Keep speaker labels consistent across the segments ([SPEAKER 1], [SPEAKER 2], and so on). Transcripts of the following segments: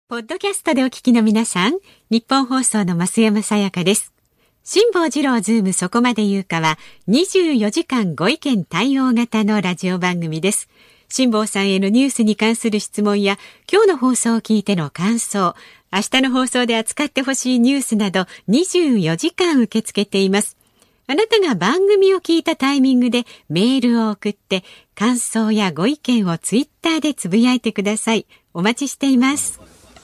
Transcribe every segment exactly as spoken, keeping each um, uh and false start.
[SPEAKER 1] ポッドキャストでお聞きの皆さん、日本放送の増山さやかです。辛坊治郎ズームそこまで言うかはにじゅうよじかんご意見対応型のラジオ番組です。辛坊さんへのニュースに関する質問や今日の放送を聞いての感想、明日の放送で扱ってほしいニュースなどにじゅうよじかん受け付けています。あなたが番組を聞いたタイミングでメールを送って感想やご意見をツイッターでつぶやいてください。お待ちしています。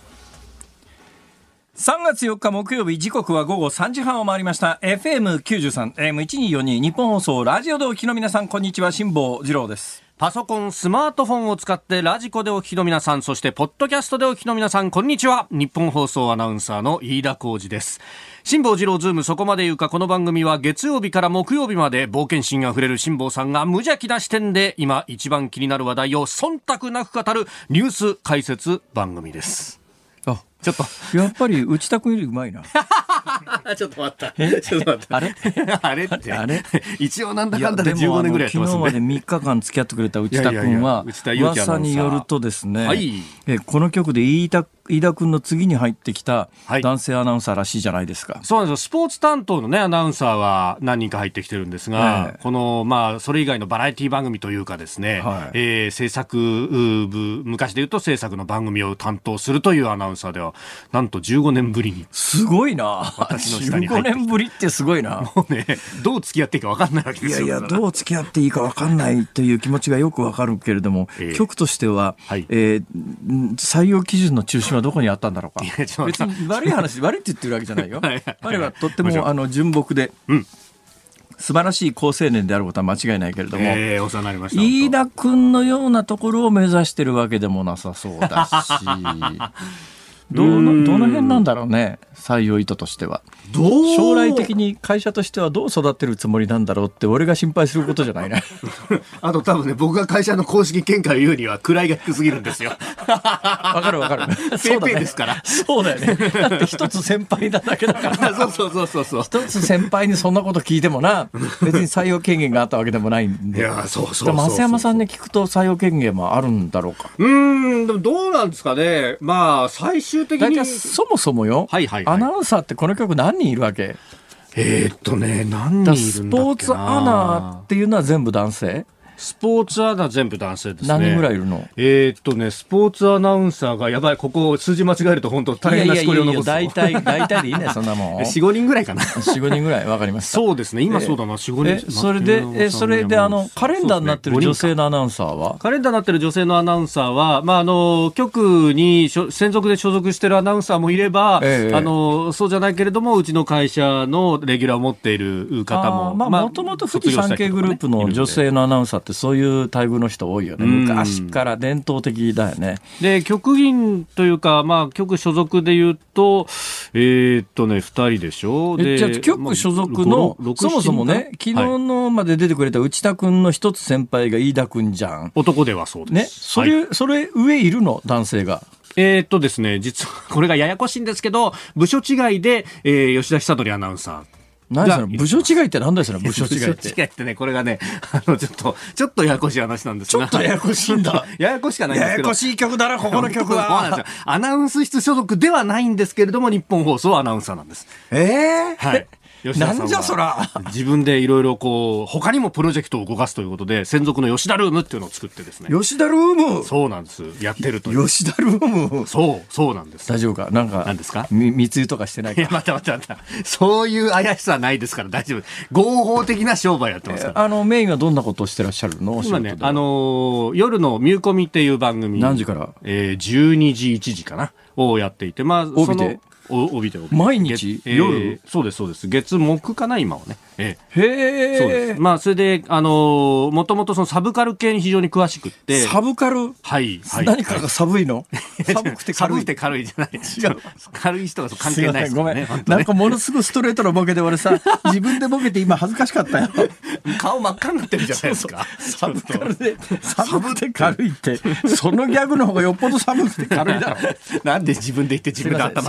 [SPEAKER 2] さんがつよっか木曜日、時刻は午後さんじはんを回りました。 エフエムきゅうじゅうさん エーエムせんにひゃくよんじゅうに 日本放送ラジオでお聞きの皆さん、こんにちは。辛坊治郎です。
[SPEAKER 3] パソコン、スマートフォンを使ってラジコでお聞きの皆さん、そしてポッドキャストでお聞きの皆さん、こんにちは。日本放送アナウンサーの飯田浩司です。辛坊治郎ズームそこまで言うか。この番組は月曜日から木曜日まで冒険心あふれる辛坊さんが無邪気な視点で今一番気になる話題を忖度なく語るニュース解説番組です。
[SPEAKER 2] あ、ちょっとやっぱり内田君よりうまいな。
[SPEAKER 3] ちょっと待った。ちょっと待った。
[SPEAKER 2] あれ
[SPEAKER 3] あれって
[SPEAKER 2] あれ
[SPEAKER 3] 一応なんだかんだでじゅうごねんぐらいやってますね。
[SPEAKER 2] 昨日までみっかかん付き合ってくれた内田君は、噂によるとですね、はい、えこの局で飯田飯田君の次に入ってきた男性アナウンサーらしいじゃないですか。
[SPEAKER 3] はい、そうなんですよ。スポーツ担当の、ね、アナウンサーは何人か入ってきてるんですが、えー、この、まあ、それ以外のバラエティ番組というかですね、はい、えー、制作部、昔で言うと制作の番組を担当するというアナウンサーではなんとじゅうごねんぶりに。
[SPEAKER 2] すごいな。
[SPEAKER 3] 私の下に入ってきた。
[SPEAKER 2] じゅうごねんぶりってすごいな。
[SPEAKER 3] もうね、どう付き合っていいか分かんないわけですよ。
[SPEAKER 2] いやいや、どう付き合っていいか分かんないという気持ちがよく分かるけれども、えー、局としては、はい、えー、採用基準の中心はどこにあったんだろうか。別に悪い話、悪いって言ってるわけじゃないよ。彼はとってもあの純朴で、うん、素晴らしい好青年であることは間違いないけれども、
[SPEAKER 3] えー、お世話になりました。
[SPEAKER 2] 飯田君のようなところを目指してるわけでもなさそうだしどの、どの辺なんだろうね、採用意図としては。どう将来的に会社としてはどう育てるつもりなんだろうって俺が心配することじゃないね。
[SPEAKER 3] あと多分ね、僕が会社の公式見解を言うには位が低すぎるんですよ。
[SPEAKER 2] わかるわかる。
[SPEAKER 3] ペイペイですから。
[SPEAKER 2] そうだよね。だって一つ先輩なだけだから。
[SPEAKER 3] そうそうそうそうそう。
[SPEAKER 2] 一つ先輩にそんなこと聞いてもな、別に採用権限があったわけでもないんで。
[SPEAKER 3] いや、そうそうそうそう。
[SPEAKER 2] 増山さんに聞くと採用権限もあるんだろうか。
[SPEAKER 3] うーん、でもどうなんですかね。まあ最終的に
[SPEAKER 2] そもそもよ、はいはいはい、アナウンサーってこの局何人いるわけ？
[SPEAKER 3] えー、っとね何人いるんだっけな。
[SPEAKER 2] スポーツアナっていうのは全部男性？
[SPEAKER 3] スポーツアナ全部男性ですね。
[SPEAKER 2] 何人ぐらいいるの？
[SPEAKER 3] えー、っとねスポーツアナウンサーがやばい、ここ数字間違えると本当大変なしこりを残す。
[SPEAKER 2] 大体大体でいいね、そんなもん。
[SPEAKER 3] よん、ごにんぐらいかな。
[SPEAKER 2] よん、ごにんぐらい、わかりました。
[SPEAKER 3] そうですね、今そうだな、よん、ごにん。
[SPEAKER 2] それでえそれであのカレンダーになってる女性のアナウンサーは？
[SPEAKER 3] カレンダーになってる女性のアナウンサーは、まああの局に専属で所属してるアナウンサーもいれば、えー、あのそうじゃないけれどもうちの会社のレギュラーを持っている方も、
[SPEAKER 2] まあもともと富士山系グループの女性のアナウンサーってそういう待遇の人多いよね。昔から伝統的だよね。
[SPEAKER 3] で局員というか、まあ、局所属でいうとえー、っとねふたりでしょ。で
[SPEAKER 2] じゃあ局所属の、まあ、そもそもね昨日のまで出てくれた内田君の一つ先輩が飯田君じゃん。
[SPEAKER 3] 男ではそうです、
[SPEAKER 2] ね、それ、はい、それ上いるの男性が。
[SPEAKER 3] えー、っとですね実はこれがややこしいんですけど部署違いで、えー、吉田久典アナウンサー。
[SPEAKER 2] 何その部署違いって何だよその部署違いって。
[SPEAKER 3] 部署違いってね、これがね、あのちょっとちょっとややこしい話なんですが。
[SPEAKER 2] ちょっとややこしいんだ。
[SPEAKER 3] ややこしかないんですけど。
[SPEAKER 2] ややこしい曲だなここの曲は。
[SPEAKER 3] アナウンス室所属ではないんですけれども日本放送アナウンサーなんです。
[SPEAKER 2] えー、
[SPEAKER 3] はい。
[SPEAKER 2] なんじゃそら。
[SPEAKER 3] 自分でいろいろこう他にもプロジェクトを動かすということで専属の吉田ルームっていうのを作ってですね。
[SPEAKER 2] 吉田ルーム。
[SPEAKER 3] そうなんです。やってるという。
[SPEAKER 2] 吉田ルーム。
[SPEAKER 3] そうそうなんです。
[SPEAKER 2] 大丈夫か。なんか
[SPEAKER 3] 何ですか。
[SPEAKER 2] 密輸とかしてないか。
[SPEAKER 3] いや待って待って待って。そういう怪しさはないですから大丈夫。合法的な商売やってますから。
[SPEAKER 2] えー、あのメインはどんなことをしてらっしゃるの？
[SPEAKER 3] 今ねあのー、夜のミューコミっていう番組。
[SPEAKER 2] 何時から？
[SPEAKER 3] えー、じゅうにじいちじかなをやっていて、まあ
[SPEAKER 2] 帯で。
[SPEAKER 3] お帯で帯で
[SPEAKER 2] 毎日、えー、夜
[SPEAKER 3] そうですそうです月木かな今はね、え
[SPEAKER 2] ー、へえ。
[SPEAKER 3] そうです。まあそれであのー、もともとそのサブカル系に非常に詳しくって。
[SPEAKER 2] サブカル、
[SPEAKER 3] はい、はい、
[SPEAKER 2] 何かが寒いの？寒くて軽い。
[SPEAKER 3] 寒くて軽いじゃない。違う。軽い人が関係ないです
[SPEAKER 2] からね。ごめん。なんかものすごいストレートなボケで俺さ自分でボケて今恥ずかしかったよ。
[SPEAKER 3] 顔真っ赤になってるじゃないですか。
[SPEAKER 2] そうそうサブカルで寒くて軽いってそのギャグの方がよっぽど寒くて軽いだろ。
[SPEAKER 3] なんで自分で言って自分で頭が
[SPEAKER 2] サブカル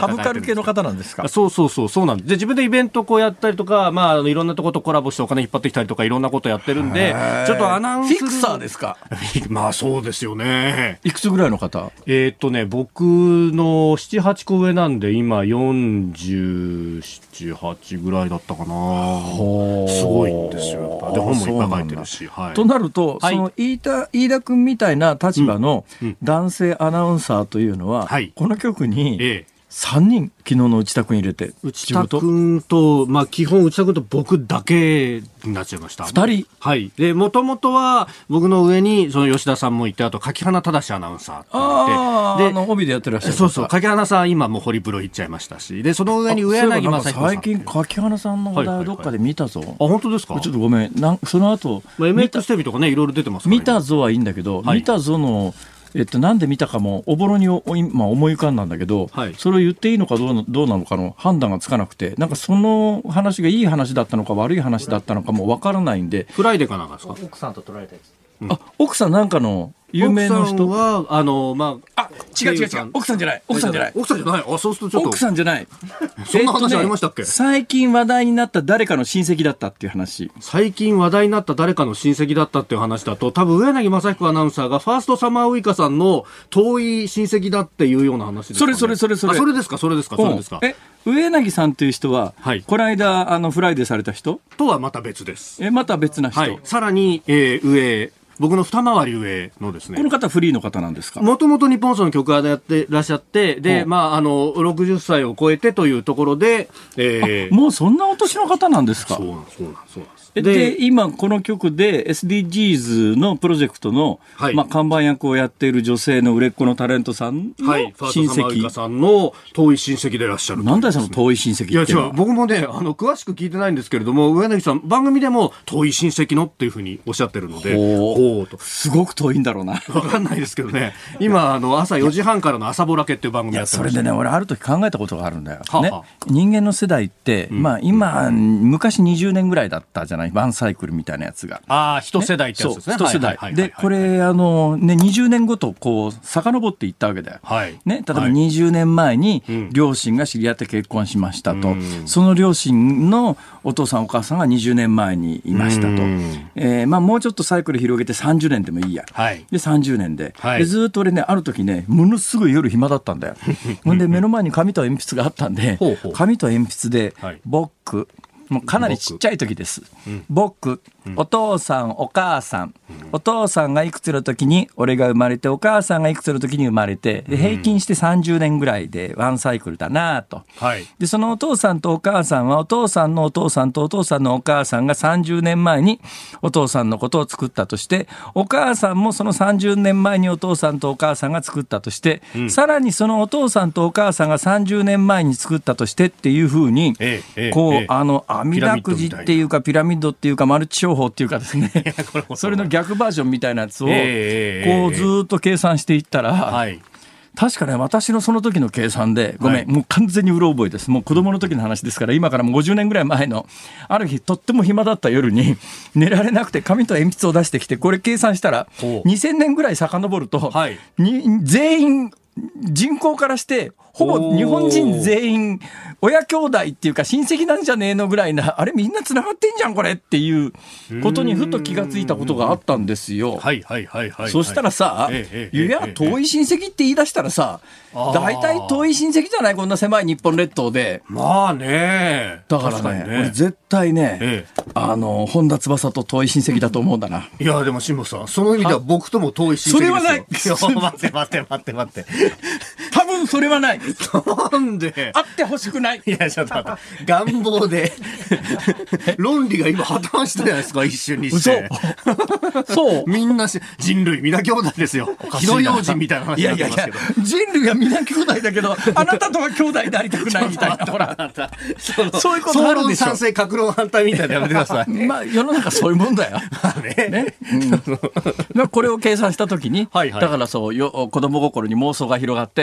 [SPEAKER 2] 系の方なんですか。
[SPEAKER 3] そうそうそうそうなんです。で自分でイベントこうやったりとか、まあ、いろんなとことコラボしてお金引っ張ってきたりとかいろんなことやってるんで、ちょっとアナウンス
[SPEAKER 2] フィクサーですか。
[SPEAKER 3] まあそうですよね。
[SPEAKER 2] いくつぐらいの方。
[SPEAKER 3] えー、っとね僕のななはちこ上なんで今よんじゅうなな、はちぐらいだったかな。すごいんですよ。で本もいっぱい書いてるし、はい、
[SPEAKER 2] となると、はい、その飯田飯田君みたいな立場の男性アナウンサーというのは、うんうん、この局に、ええ、さんにん昨日の内田君入れて、
[SPEAKER 3] 内田君と、まあ、基本内田君と僕だけになっちゃいました。
[SPEAKER 2] ふたり、
[SPEAKER 3] はい。でもともとは僕の上にその吉田さんもいて、あと柿花忠アナウンサーって
[SPEAKER 2] あであの帯でやってらっしゃる。
[SPEAKER 3] そうそう、柿花さん今もうホリプロ行っちゃいましたし、でその上に上柳正彦さん。
[SPEAKER 2] 最近柿花さんの話題をどっかで見たぞ、はいはいはい、
[SPEAKER 3] あ本当ですか。
[SPEAKER 2] ちょっとごめんなんその後、
[SPEAKER 3] まあ、エムエックス テレビとかねいろいろ出てますから、
[SPEAKER 2] 見たぞはいいんだけど、はい、見たぞのえっと、なんで見たかもおぼろにお、まあ、思い浮かんだんだけど、はい、それを言っていいのかどうな、どうなのかの判断がつかなくて、なんかその話がいい話だったのか悪い話だったのかもわからないんで。
[SPEAKER 3] フライデーかなんかですか。
[SPEAKER 4] 奥さんと撮られたやつ、
[SPEAKER 2] うん、あ奥さんなんかの有名な人
[SPEAKER 3] はあの、まあ、
[SPEAKER 2] あ違う違う違う奥さんじゃない奥さんじゃない
[SPEAKER 3] 奥さんじゃないあそうするとちょっと
[SPEAKER 2] 奥さんじゃない
[SPEAKER 3] そんな話ありましたっけ、えっとね、
[SPEAKER 2] 最近話題になった誰かの親戚だったっていう話。
[SPEAKER 3] 最近話題になった誰かの親戚だったっていう話だと多分上柳正彦アナウンサーがファーストサマーウイカさんの遠い親戚だっていうような話ですか、ね、
[SPEAKER 2] それそれそれそれ
[SPEAKER 3] あそれですかそれですかそれですか。
[SPEAKER 2] え上柳さんという人は、はい、この間あのフライデーされた人
[SPEAKER 3] とはまた別です。
[SPEAKER 2] えまた別な人、
[SPEAKER 3] はい、さらに、えー、上僕の二回り上のですね。
[SPEAKER 2] この方フリーの方なんですか。
[SPEAKER 3] もともと日本放送の局アナやってらっしゃって、で、まあ、あの、ろくじゅっさいを超えてというところで、
[SPEAKER 2] えー、もうそんなお年の方なんですか。
[SPEAKER 3] そうなんです、そうなんです、そうなんです。
[SPEAKER 2] で, で今この局で エスディージーズ のプロジェクトの、はい、まあ、看板役をやっている女性の売れっ子のタレントさんの親戚、はい、ファーストサマーウイカさんの遠い親戚でいらっしゃる。 なんだよその遠い親戚って。
[SPEAKER 3] いや違う僕もねあの詳しく聞いてないんですけれども上柳さん番組でも遠い親戚のっていうふうにおっしゃってるので
[SPEAKER 2] ほうとすごく遠いんだろうな
[SPEAKER 3] 分かんないですけどね今あの朝よじはんからの朝ぼらけっていう番組やってました。
[SPEAKER 2] いやそれでね俺ある時考えたことがあるんだよ、ははね、人間の世代って、うんまあ、今、うん、昔にじゅうねんぐらいだったじゃないワンサイクルみたいなみたいなやつが
[SPEAKER 3] ああ一世代ってやつですね。
[SPEAKER 2] 一世代でこれあの、ね、にじゅうねんごとこう遡っていったわけだよ、はいね、例えばにじゅうねんまえに両親が知り合って結婚しましたと、うん、その両親のお父さんお母さんがにじゅうねんまえにいましたと、うんえーまあ、もうちょっとサイクル広げてさんじゅうねんでもいいや、はい、でさんじゅうねん で,、はい、でずっと俺ねある時ねものすごい夜暇だったんだよほんで目の前に紙と鉛筆があったんでほうほう紙と鉛筆で、はい、ボックもうかなりちっちゃい時です、うん、僕、うん、お父さんお母さん、うん、お父さんがいくつの時に俺が生まれてお母さんがいくつの時に生まれてで平均してさんじゅうねんぐらいでワンサイクルだなと、はい、でそのお父さんとお母さんはお父さんのお父さんとお父さんのお母さんがさんじゅうねんまえにお父さんのことを作ったとしてお母さんもそのさんじゅうねんまえにお父さんとお母さんが作ったとして、うん、さらにそのお父さんとお母さんがさんじゅうねんまえに作ったとしてっていうふうに、ええこう、ええ、あの網だくじっていうかピラミッドっていうかマルチ商法っていうかですねそれの逆バージョンみたいなやつをこうずっと計算していったら、はい、確かね私のその時の計算でごめん、はい、もう完全にうろ覚えです。もう子供の時の話ですから今からもうごじゅうねんぐらい前のある日とっても暇だった夜に寝られなくて紙と鉛筆を出してきてこれ計算したらにせんねんぐらい遡ると、はい、に全員人口からしてほぼ日本人全員親兄弟っていうか親戚なんじゃねえのぐらいなあれみんなつながってんじゃんこれっていうことにふと気がついたことがあったんですよ。
[SPEAKER 3] はいはいはいはい。
[SPEAKER 2] そしたらさ、ええ、いや遠い親戚って言い出したらさ大体遠い親戚じゃないこんな狭い日本列島で。
[SPEAKER 3] まあね
[SPEAKER 2] だから ね, ね俺絶対ね、ええ、あの本田翼と遠い親戚だと思うんだな。
[SPEAKER 3] いやでも辛坊さんその意味では僕とも遠い親戚ですよ。
[SPEAKER 2] それはない。
[SPEAKER 3] 待って待って待って待って
[SPEAKER 2] 多分それはない。
[SPEAKER 3] なんで
[SPEAKER 2] あってほしくない。
[SPEAKER 3] いやちょっと待って願望で論理が今破綻したじゃないですか一瞬にして。
[SPEAKER 2] そう
[SPEAKER 3] みんなし人類皆兄弟ですよ。火の用心みたいな話になってますけど。
[SPEAKER 2] いやいやいや人類は皆兄弟だけどあなたとは兄弟でありたくないみたいなほら
[SPEAKER 3] そそういうことあるでしょ。総論賛成格論反対みたいなやめてください。
[SPEAKER 2] まあ世の中そういうもんだよ。まあねね、うん、これを計算したときに、はいはい、だからそうよ子供心に妄想が広がって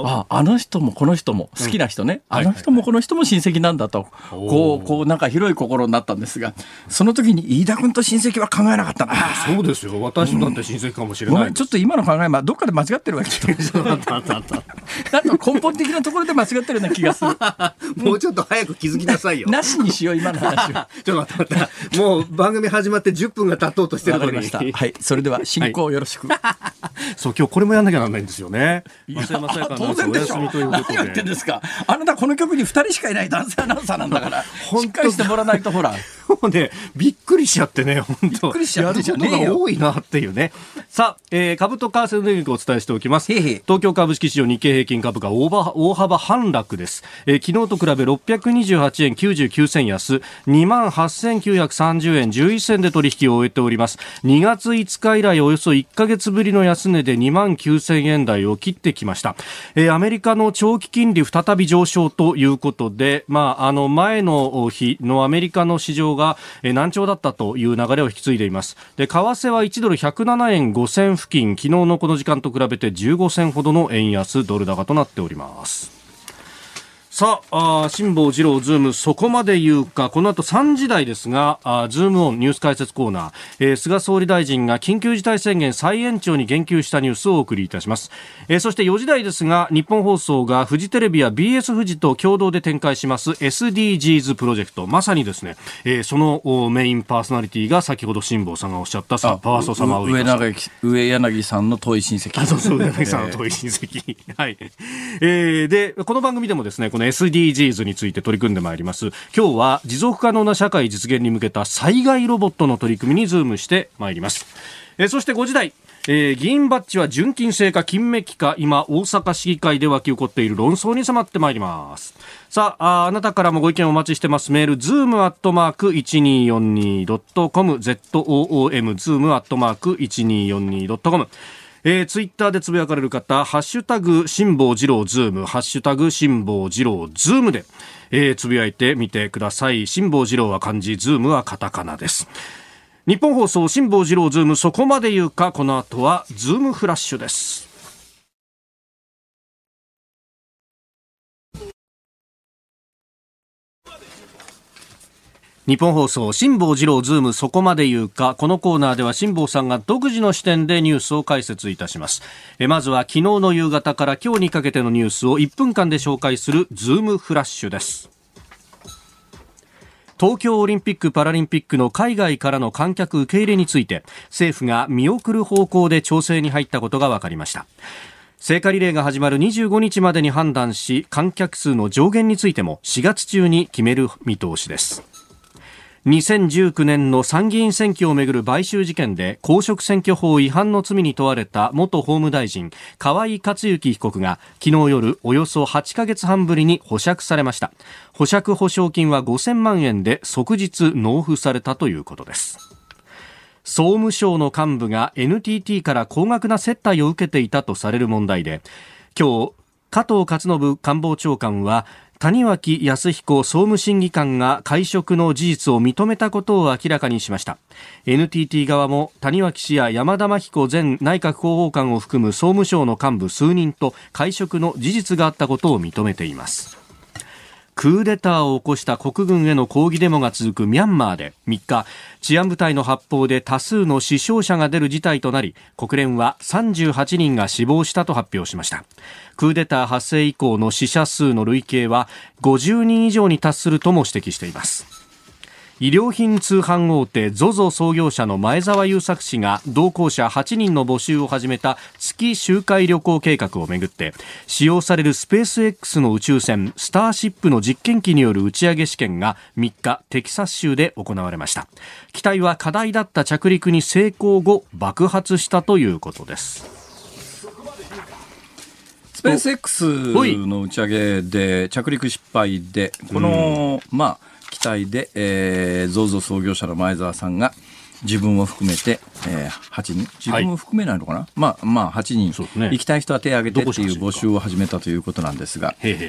[SPEAKER 2] ああの人もこの人も好きな人ね、うん、あの人もこの人も親戚なんだと、はいはいはい、こうこうなんか広い心になったんですが、その時に飯田君と親戚は考えなかったな。
[SPEAKER 3] そうですよ、私だって親戚かもしれない、うん、
[SPEAKER 2] ごめんちょっと今の考え、まあ、どっかで間違ってるわけですよなんか根本的なところで間違ってるような気がする
[SPEAKER 3] もうちょっと早く気づきなさいよ
[SPEAKER 2] なしにしよう今の話を
[SPEAKER 3] ちょっと待って待ってもう番組始まってじゅっぷんが経とうとしてるのに。
[SPEAKER 2] わかりました、はい、それでは進行よろしく、はい、
[SPEAKER 3] そう今日これもやんなきゃならないんですよね。
[SPEAKER 2] 当然でしょ。何やってんですか。あなたこの曲にふたりしかいない男性アナウンサーなんだからしっかりしてもらわないと。ほら
[SPEAKER 3] もうねびっくりしちゃってね、本当びっくりしちゃってやることが多いなっていうね。さあ、えー、株と為替の値動きをお伝えしておきます。へへ東京株式市場日経平均株価大幅、大幅反落です。えー、昨日と比べろっぴゃくにじゅうはちえんきゅうじゅうきゅうせん安 にまんはっせんきゅうひゃくさんじゅうえんじゅういっ銭で取引を終えております。にがついつか以来およそいっかげつぶりの安値でにまんきゅうせんえん台を切ってきました。えー、アメリカの長期金利再び上昇ということで、まあ、あの前の日のアメリカの市場が、えー、難聴だったという流れを引き継いでいます。で、為替はいちドルひゃくななえんごせん付近、昨日のこの時間と比べてじゅうごせんほどの円安ドル高となっております。さあ、辛坊治郎ズームそこまで言うか。この後さんじ台ですが、あズームオンニュース解説コーナー、えー、菅総理大臣が緊急事態宣言再延長に言及したニュースをお送りいたします。えー、そしてよじ台ですが、日本放送がフジテレビや ビーエス フジと共同で展開します エスディージーズ プロジェクト、まさにですね、えー、そのメインパーソナリティが先ほど辛坊さんがおっしゃったサパーソサマウイカさん、
[SPEAKER 2] 上柳、上柳さんの遠い親戚。
[SPEAKER 3] あ、そうそう、上柳さんの遠い親戚はい。えー、でこの番組でもですね、この エスディージーズについて取り組んでまいります。今日は持続可能な社会実現に向けた災害ロボットの取り組みにズームしてまいります。えー、そしてごじ台、えー、議員バッジは純金製か金メッキか、今大阪市議会で沸き起こっている論争に迫ってまいります。さあ、あ、あなたからもご意見お待ちしてます。メール ズーム アットマーク いちにーよんにー ドット コム ズーム ズーム アットマーク いちにーよんにー ドット コム、えー、ツイッターでつぶやかれる方、ハッシュタグ辛坊治郎ズーム、ハッシュタグ辛坊治郎ズームで、えー、つぶやいてみてください。辛坊治郎は漢字、ズームはカタカナです。日本放送辛坊治郎ズームそこまで言うか。この後はズームフラッシュです。日本放送辛坊治郎ズームそこまで言うか。このコーナーでは辛坊さんが独自の視点でニュースを解説いたします。えまずは昨日の夕方から今日にかけてのニュースをいっぷんかんで紹介するズームフラッシュです。東京オリンピック・パラリンピックの海外からの観客受け入れについて、政府が見送る方向で調整に入ったことが分かりました。聖火リレーが始まるにじゅうごにちまでに判断し、観客数の上限についてもしがつ中に決める見通しです。にせんじゅうきゅうねんの参議院選挙をめぐる買収事件で公職選挙法違反の罪に問われた元法務大臣河井克行被告が昨日夜およそはちかげつはんぶりに保釈されました。保釈保証金はごせんまんえんで即日納付されたということです。総務省の幹部が エヌティーティー から高額な接待を受けていたとされる問題で、今日加藤勝信官房長官は谷脇康彦総務審議官が会食の事実を認めたことを明らかにしました。 エヌティーティー 側も谷脇氏や山田真彦前内閣広報官を含む総務省の幹部数人と会食の事実があったことを認めています。クーデターを起こした国軍への抗議デモが続くミャンマーでみっか、治安部隊の発砲で多数の死傷者が出る事態となり、国連はさんじゅうはちにんが死亡したと発表しました。クーデター発生以降の死者数の累計はごじゅうにん以上に達するとも指摘しています。衣料品通販大手 ゾゾ 創業者の前澤友作氏が同行者はちにんの募集を始めた月周回旅行計画をめぐって、使用されるスペース X の宇宙船スターシップの実験機による打ち上げ試験がみっかテキサス州で行われました。機体は課題だった着陸に成功後爆発したということです。
[SPEAKER 2] スペース X の打ち上げで着陸失敗で、この、うん、まあ機体で、えー、ゾゾ創業者の前澤さんが自分を含めて、えー、はちにん、自分を含めないのかな、はい、まあまあはちにん、ね、行きたい人は手を挙げてっていう募集を始めたということなんですが、へへ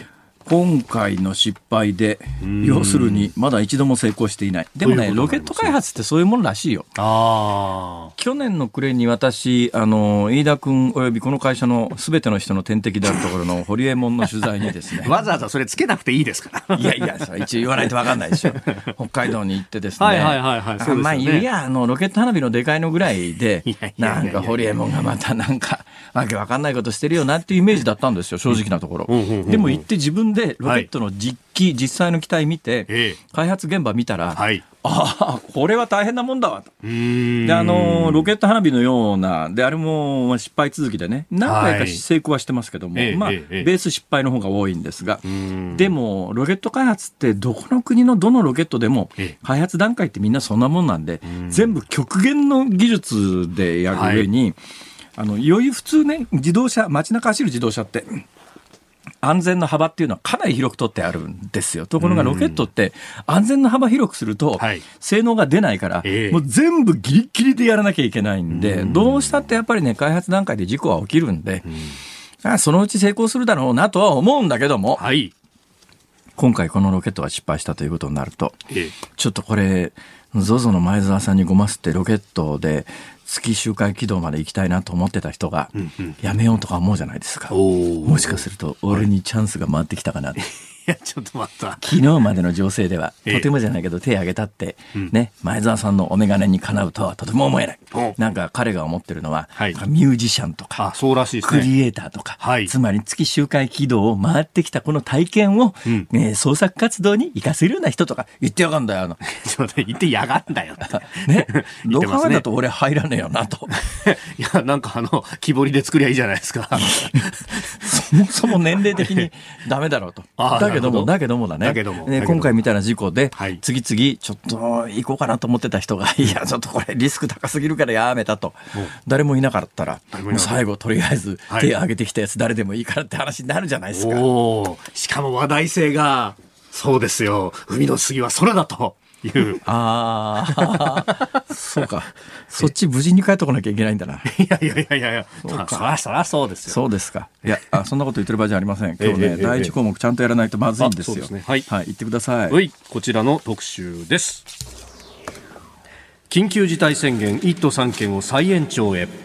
[SPEAKER 2] 今回の失敗で要するにまだ一度も成功していない。でもねロケット開発ってそういうものらしいよ。あ去年の暮れに私あの飯田君およびこの会社のすべての人の天敵であるところのホリエモンの取材にですね
[SPEAKER 3] わざわざそれつけなくていいですから
[SPEAKER 2] いやいやそれ一応言わないと分かんないでしょ北海道に行ってですねはいはいはい、はい、そうですよね。まあいやあのロケット花火のでかいのぐらいでいやいやいやいやなんかホリエモンがまたなんかわけ分かんないことしてるよなっていうイメージだったんですよ正直なところ、うんうんうんうん、でも行って自分でロケットの実機、はい、実際の機体見て、ええ、開発現場見たら、はい、ああこれは大変なもんだわと。うーんであのロケット花火のようなであれも失敗続きでね何回か成功はしてますけども、はいまあええ、ベース失敗の方が多いんですが、でもロケット開発ってどこの国のどのロケットでも開発段階ってみんなそんなもんなんで全部極限の技術でやる上に、はい、あのより普通ね自動車街中走る自動車って安全の幅っていうのはかなり広く取ってあるんですよ。ところがロケットって安全の幅広くすると性能が出ないから、もう全部ギリギリでやらなきゃいけないんで、どうしたってやっぱりね開発段階で事故は起きるんで、そのうち成功するだろうなとは思うんだけども、はい、今回このロケットが失敗したということになると、ちょっとこれ ゾゾ の前澤さんにごますってロケットで月周回軌道まで行きたいなと思ってた人がやめようとか思うじゃないですか。もしかすると俺にチャンスが回ってきたかなって。
[SPEAKER 3] いやちょっと待った。
[SPEAKER 2] 昨日までの情勢ではとてもじゃないけど手を挙げたって、ね、前澤さんのお眼鏡にかなうとはとても思えない。なんか彼が思ってるのは、はい、ミュージシャンとか
[SPEAKER 3] そうらしいですね、
[SPEAKER 2] クリエイターとか、はい、つまり月周回軌道を回ってきたこの体験を、うんえー、創作活動に生かせるような人とか言ってやがんだよ
[SPEAKER 3] ちょっと言ってやがんだよ
[SPEAKER 2] ねどう考えたと俺入らねえよなと
[SPEAKER 3] いやなんかあの木彫りで作りゃいいじゃないですか
[SPEAKER 2] そもそも年齢的にダメだろうとだけどもだけどもだね、ね今回みたいな事故で、はい、次々ちょっと行こうかなと思ってた人がいやちょっとこれリスク高すぎるからやめたと誰もいなかったらもう最後とりあえず手を挙げてきたやつ誰でもいいからって話になるじゃないですか、はい、
[SPEAKER 3] おしかも話題性がそうですよ海の次は空だという
[SPEAKER 2] ああそうかそっち無事に帰ってこなきゃいけないんだな。
[SPEAKER 3] いやいやいやいやいやそうか、まあ、そりゃそうですよ。
[SPEAKER 2] そうですか。いやあそんなこと言ってる場合じゃありません。今日ね、ええ、だいいち項目ちゃんとやらないとまずいんですよ。そうですね、はい、はい、言ってください。
[SPEAKER 3] はい、こちらの特集です。緊急事態宣言いっ都さん県を再延長へ。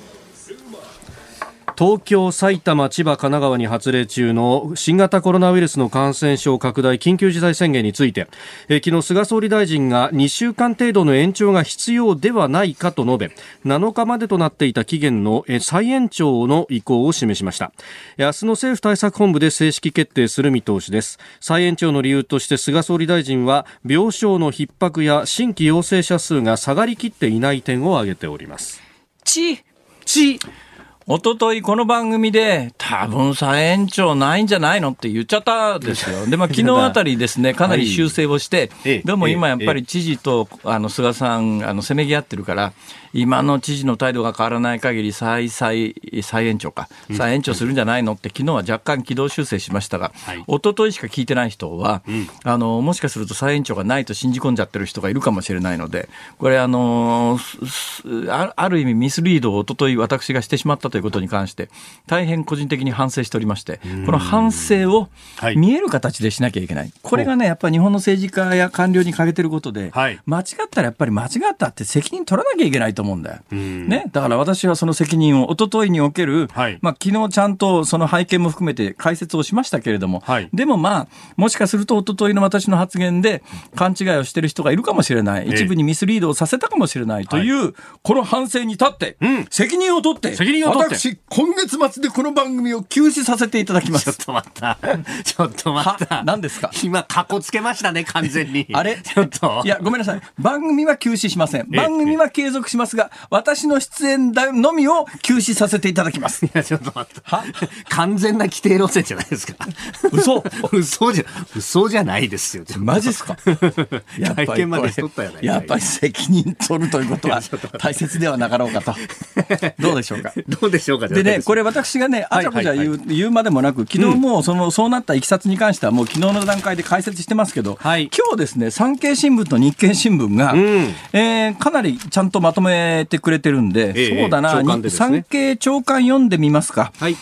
[SPEAKER 3] 東京、埼玉、千葉、神奈川に発令中の新型コロナウイルスの感染症拡大緊急事態宣言について、え昨日菅総理大臣がにしゅうかん程度の延長が必要ではないかと述べなのかまでとなっていた期限の再延長の意向を示しました。明日の政府対策本部で正式決定する見通しです。再延長の理由として菅総理大臣は病床の逼迫や新規陽性者数が下がりきっていない点を挙げております。
[SPEAKER 2] ちちおとといこの番組で多分再延長ないんじゃないのって言っちゃったんですよ。で、まあ、昨日あたりですねかなり修正をして、はい、でも今やっぱり知事とあの菅さんあのせめぎ合ってるから今の知事の態度が変わらない限り再再再延長か再延長するんじゃないのって昨日は若干軌道修正しましたが、はい、おとといしか聞いてない人は、うん、あのもしかすると再延長がないと信じ込んじゃってる人がいるかもしれないのでこれあのある意味ミスリードをおととい私がしてしまったということに関して大変個人的に反省しておりましてこの反省を見える形でしなきゃいけない、はい、これがねやっぱり日本の政治家や官僚に欠けてることで、はい、間違ったらやっぱり間違ったって責任取らなきゃいけないと思うんだよ、ね、だから私はその責任を一昨日における、はいまあ、昨日ちゃんとその背景も含めて解説をしましたけれども、はい、でもまあもしかすると一昨日の私の発言で勘違いをしている人がいるかもしれない一部にミスリードをさせたかもしれないという、はい、この反省に立って、うん、責任を取って
[SPEAKER 3] 責任を取って
[SPEAKER 2] 私今月末でこの番組を休止させていただきます。
[SPEAKER 3] ちょっと待ったちょっと待った
[SPEAKER 2] 何ですか
[SPEAKER 3] 今カッコつけましたね完全に
[SPEAKER 2] あれちょっといやごめんなさい番組は休止しません番組は継続しますが私の出演のみを休止させていただきます。
[SPEAKER 3] いやちょっと待ったは完全な規定路線じゃないですか
[SPEAKER 2] 嘘
[SPEAKER 3] 嘘じゃ嘘じゃないですよ
[SPEAKER 2] マジですかやっぱり
[SPEAKER 3] 会見までしとったやないかい
[SPEAKER 2] やっぱり責任取るということは大切ではなかろうかとどうでしょうか
[SPEAKER 3] どうでしょうか
[SPEAKER 2] でねこれ私がねあちゃこちゃ言う、はいはいはい、言うまでもなく昨日もうその、うん、そうなったいきさつに関してはもう昨日の段階で解説してますけど、はい、今日ですね産経新聞と日経新聞が、うんえー、かなりちゃんとまとめてくれてるんで、えー、そうだな、ね、産経朝刊読んでみますか。はい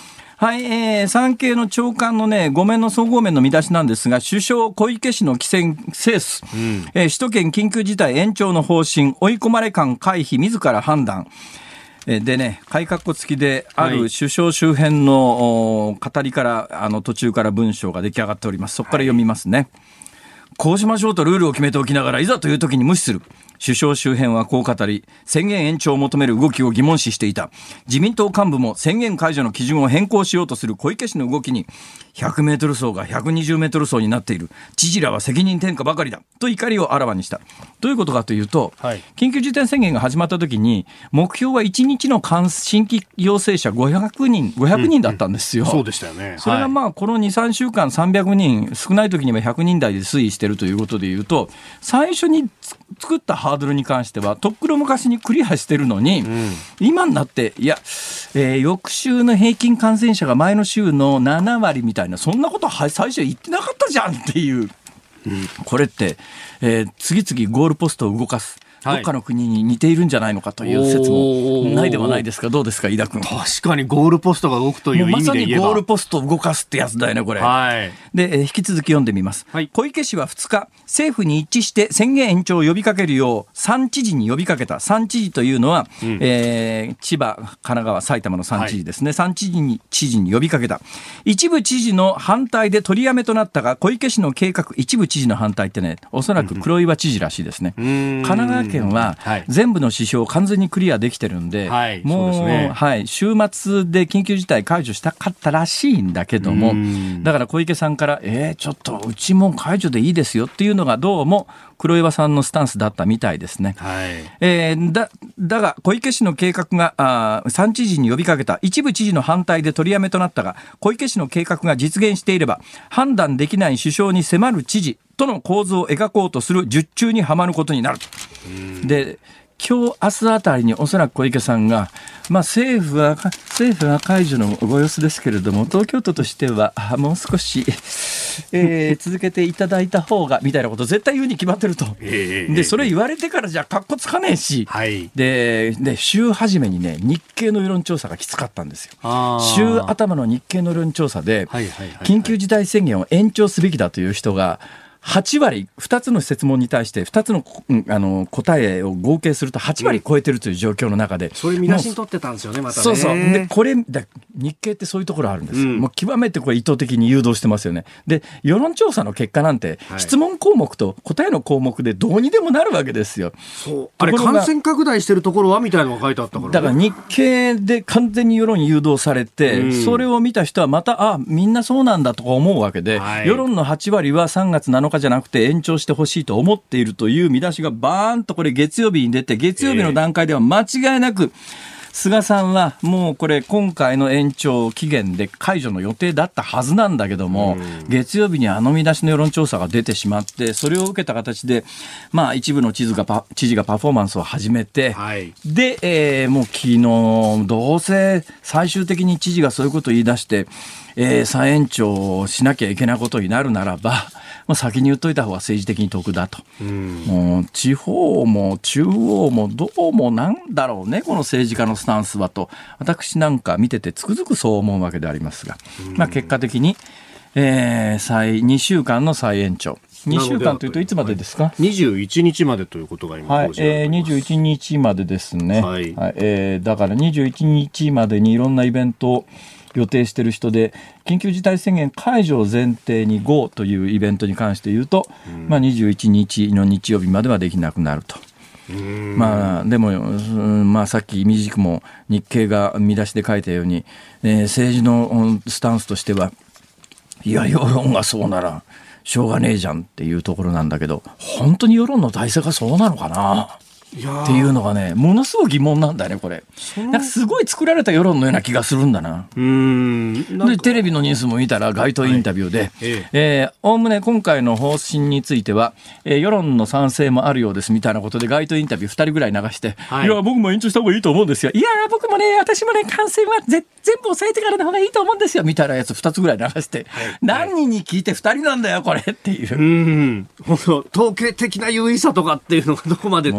[SPEAKER 2] はい、えー、産経の朝刊のね、ご面の総合面の見出しなんですが、首相小池氏の機先制す、うん、えー、首都圏緊急事態延長の方針、追い込まれ感回避、自ら判断。でね、改革付きである首相周辺の語りから、あの途中から文章が出来上がっております。そこから読みますね。はい、こうしましょうとルールを決めておきながら、いざという時に無視する。首相周辺はこう語り、宣言延長を求める動きを疑問視していた。自民党幹部も宣言解除の基準を変更しようとする小池氏の動きに、ひゃくメートル走がひゃくにじゅうメートル走になっている。知事らは責任転嫁ばかりだ。と怒りをあらわにした。どういうことかというと、はい、緊急事態宣言が始まった時に、目標はいちにちの新規陽性者ごひゃくにん、ごひゃくにんだったんですよ。
[SPEAKER 3] うんうん、そうでしたよね。
[SPEAKER 2] それがまあ、このに、さんしゅうかんさんびゃくにん、少ない時にはひゃくにん台で推移しているということでいうと、最初に作ったハードルに関してはとっくの昔にクリアしてるのに、うん、今になっていや、えー、翌週の平均感染者が前の週のななわりみたいな、そんなことは最初言ってなかったじゃんっていう、うん、これって、えー、次々ゴールポストを動かす、どっかの国に似ているんじゃないのかという説もないではないですか。どうですか、井田君。
[SPEAKER 3] 確かにゴールポストが動くという意味で言えば、
[SPEAKER 2] まさにゴールポストを動かすってやつだよねこれ、はい、で、えー、引き続き読んでみます、はい、小池氏はふつか政府に一致して宣言延長を呼びかけるようさん知事に呼びかけた。さん知事というのは、うん、えー、千葉、神奈川、埼玉のさん知事ですね、はい、さん知事に、知事に呼びかけた。一部知事の反対で取りやめとなったが、小池氏の計画、一部知事の反対ってね、おそらく黒岩知事らしいですね、うん、神奈川県は、はい、全部の指標を完全にクリアできてるんで、はい、もう、そうですね、はい、週末で緊急事態解除したかったらしいんだけども、だから小池さんから、えー、ちょっとうちも解除でいいですよっていうのがどうも黒岩さんのスタンスだったみたいですね、はい、えー、だ, だが小池氏の計画があさん知事に呼びかけた。一部知事の反対で取りやめとなったが、小池氏の計画が実現していれば判断できない首相に迫る知事との構図を描こうとする術中にはまることになると。で、今日明日あたりにおそらく小池さんが、まあ、政府は政府は解除のご様子ですけれども、東京都としてはもう少し、えー、続けていただいた方がみたいなことを絶対言うに決まってると、えー、でそれ言われてからじゃカッコつかねえし、はい、で, で週初めにね、日経の世論調査がきつかったんですよ。週頭の日経の世論調査で、はいはいはいはい、緊急事態宣言を延長すべきだという人がはちわり、ふたつの設問に対してふたつの、あの答えを合計するとはちわり超えてるという状況の中で、うん、
[SPEAKER 3] そういう見出しに取ってたんですよね、またね。
[SPEAKER 2] そうそう。で、これだ、日経ってそういうところあるんですよ、うん、もう極めてこれ意図的に誘導してますよね。で、世論調査の結果なんて、はい、質問項目と答えの項目でどうにでもなるわけですよ。
[SPEAKER 3] そう、あれ感染拡大してるところはみたいなのが書いてあったから、ね、
[SPEAKER 2] だから日経で完全に世論誘導されて、うん、それを見た人はまた、あ、みんなそうなんだとか思うわけで、はい、世論のはちわりはさんがつなのかじゃなくて延長してほしいと思っているという見出しがバーンとこれ月曜日に出て、月曜日の段階では間違いなく菅さんはもうこれ今回の延長期限で解除の予定だったはずなんだけども、月曜日にあの見出しの世論調査が出てしまって、それを受けた形で、まあ、一部の知事がパ、知事がパフォーマンスを始めて、はい、で、えー、もう昨日どうせ最終的に知事がそういうことを言い出して、えー、再延長しなきゃいけないことになるならば、まあ、先に言っといた方が政治的に得だと、うん、もう地方も中央もどうもなんだろうね、この政治家のスタンスはと、私なんか見ててつくづくそう思うわけでありますが、うん、まあ、結果的に、えー、再にしゅうかんの再延長、にしゅうかんというといつまでですか。
[SPEAKER 3] にじゅういちにちまでということが今、
[SPEAKER 2] はい、えー、にじゅういちにちまでですね、はいはい、えー、だからにじゅういちにちまでにいろんなイベントを予定している人で、緊急事態宣言解除を前提に ゴー というイベントに関して言うと、うん、まあ、にじゅういちにちの日曜日まではできなくなると。まあ、でも、まあ、さっき短くも日経が見出しで書いたように、えー、政治のスタンスとしては、いや世論がそうならしょうがねえじゃんっていうところなんだけど、本当に世論の体制がそうなのかなっていうのがね、ものすごい疑問なんだよねこれ。なんかすごい作られた世論のような気がするんだな。うーん、でテレビのニュースも見たら街頭インタビューで、はい、えー、おおむね今回の方針については、えー、世論の賛成もあるようですみたいなことで街頭インタビューふたりぐらい流して、はい、いや僕も延長した方がいいと思うんですよ、いや僕もね、私もね、感染はぜ全部抑えてからの方がいいと思うんですよみたいなやつふたつぐらい流して、はい、何人に聞いてふたりなんだよこれっていう、うん、
[SPEAKER 3] 本当統計的な優位さとかっていうのがどこまでって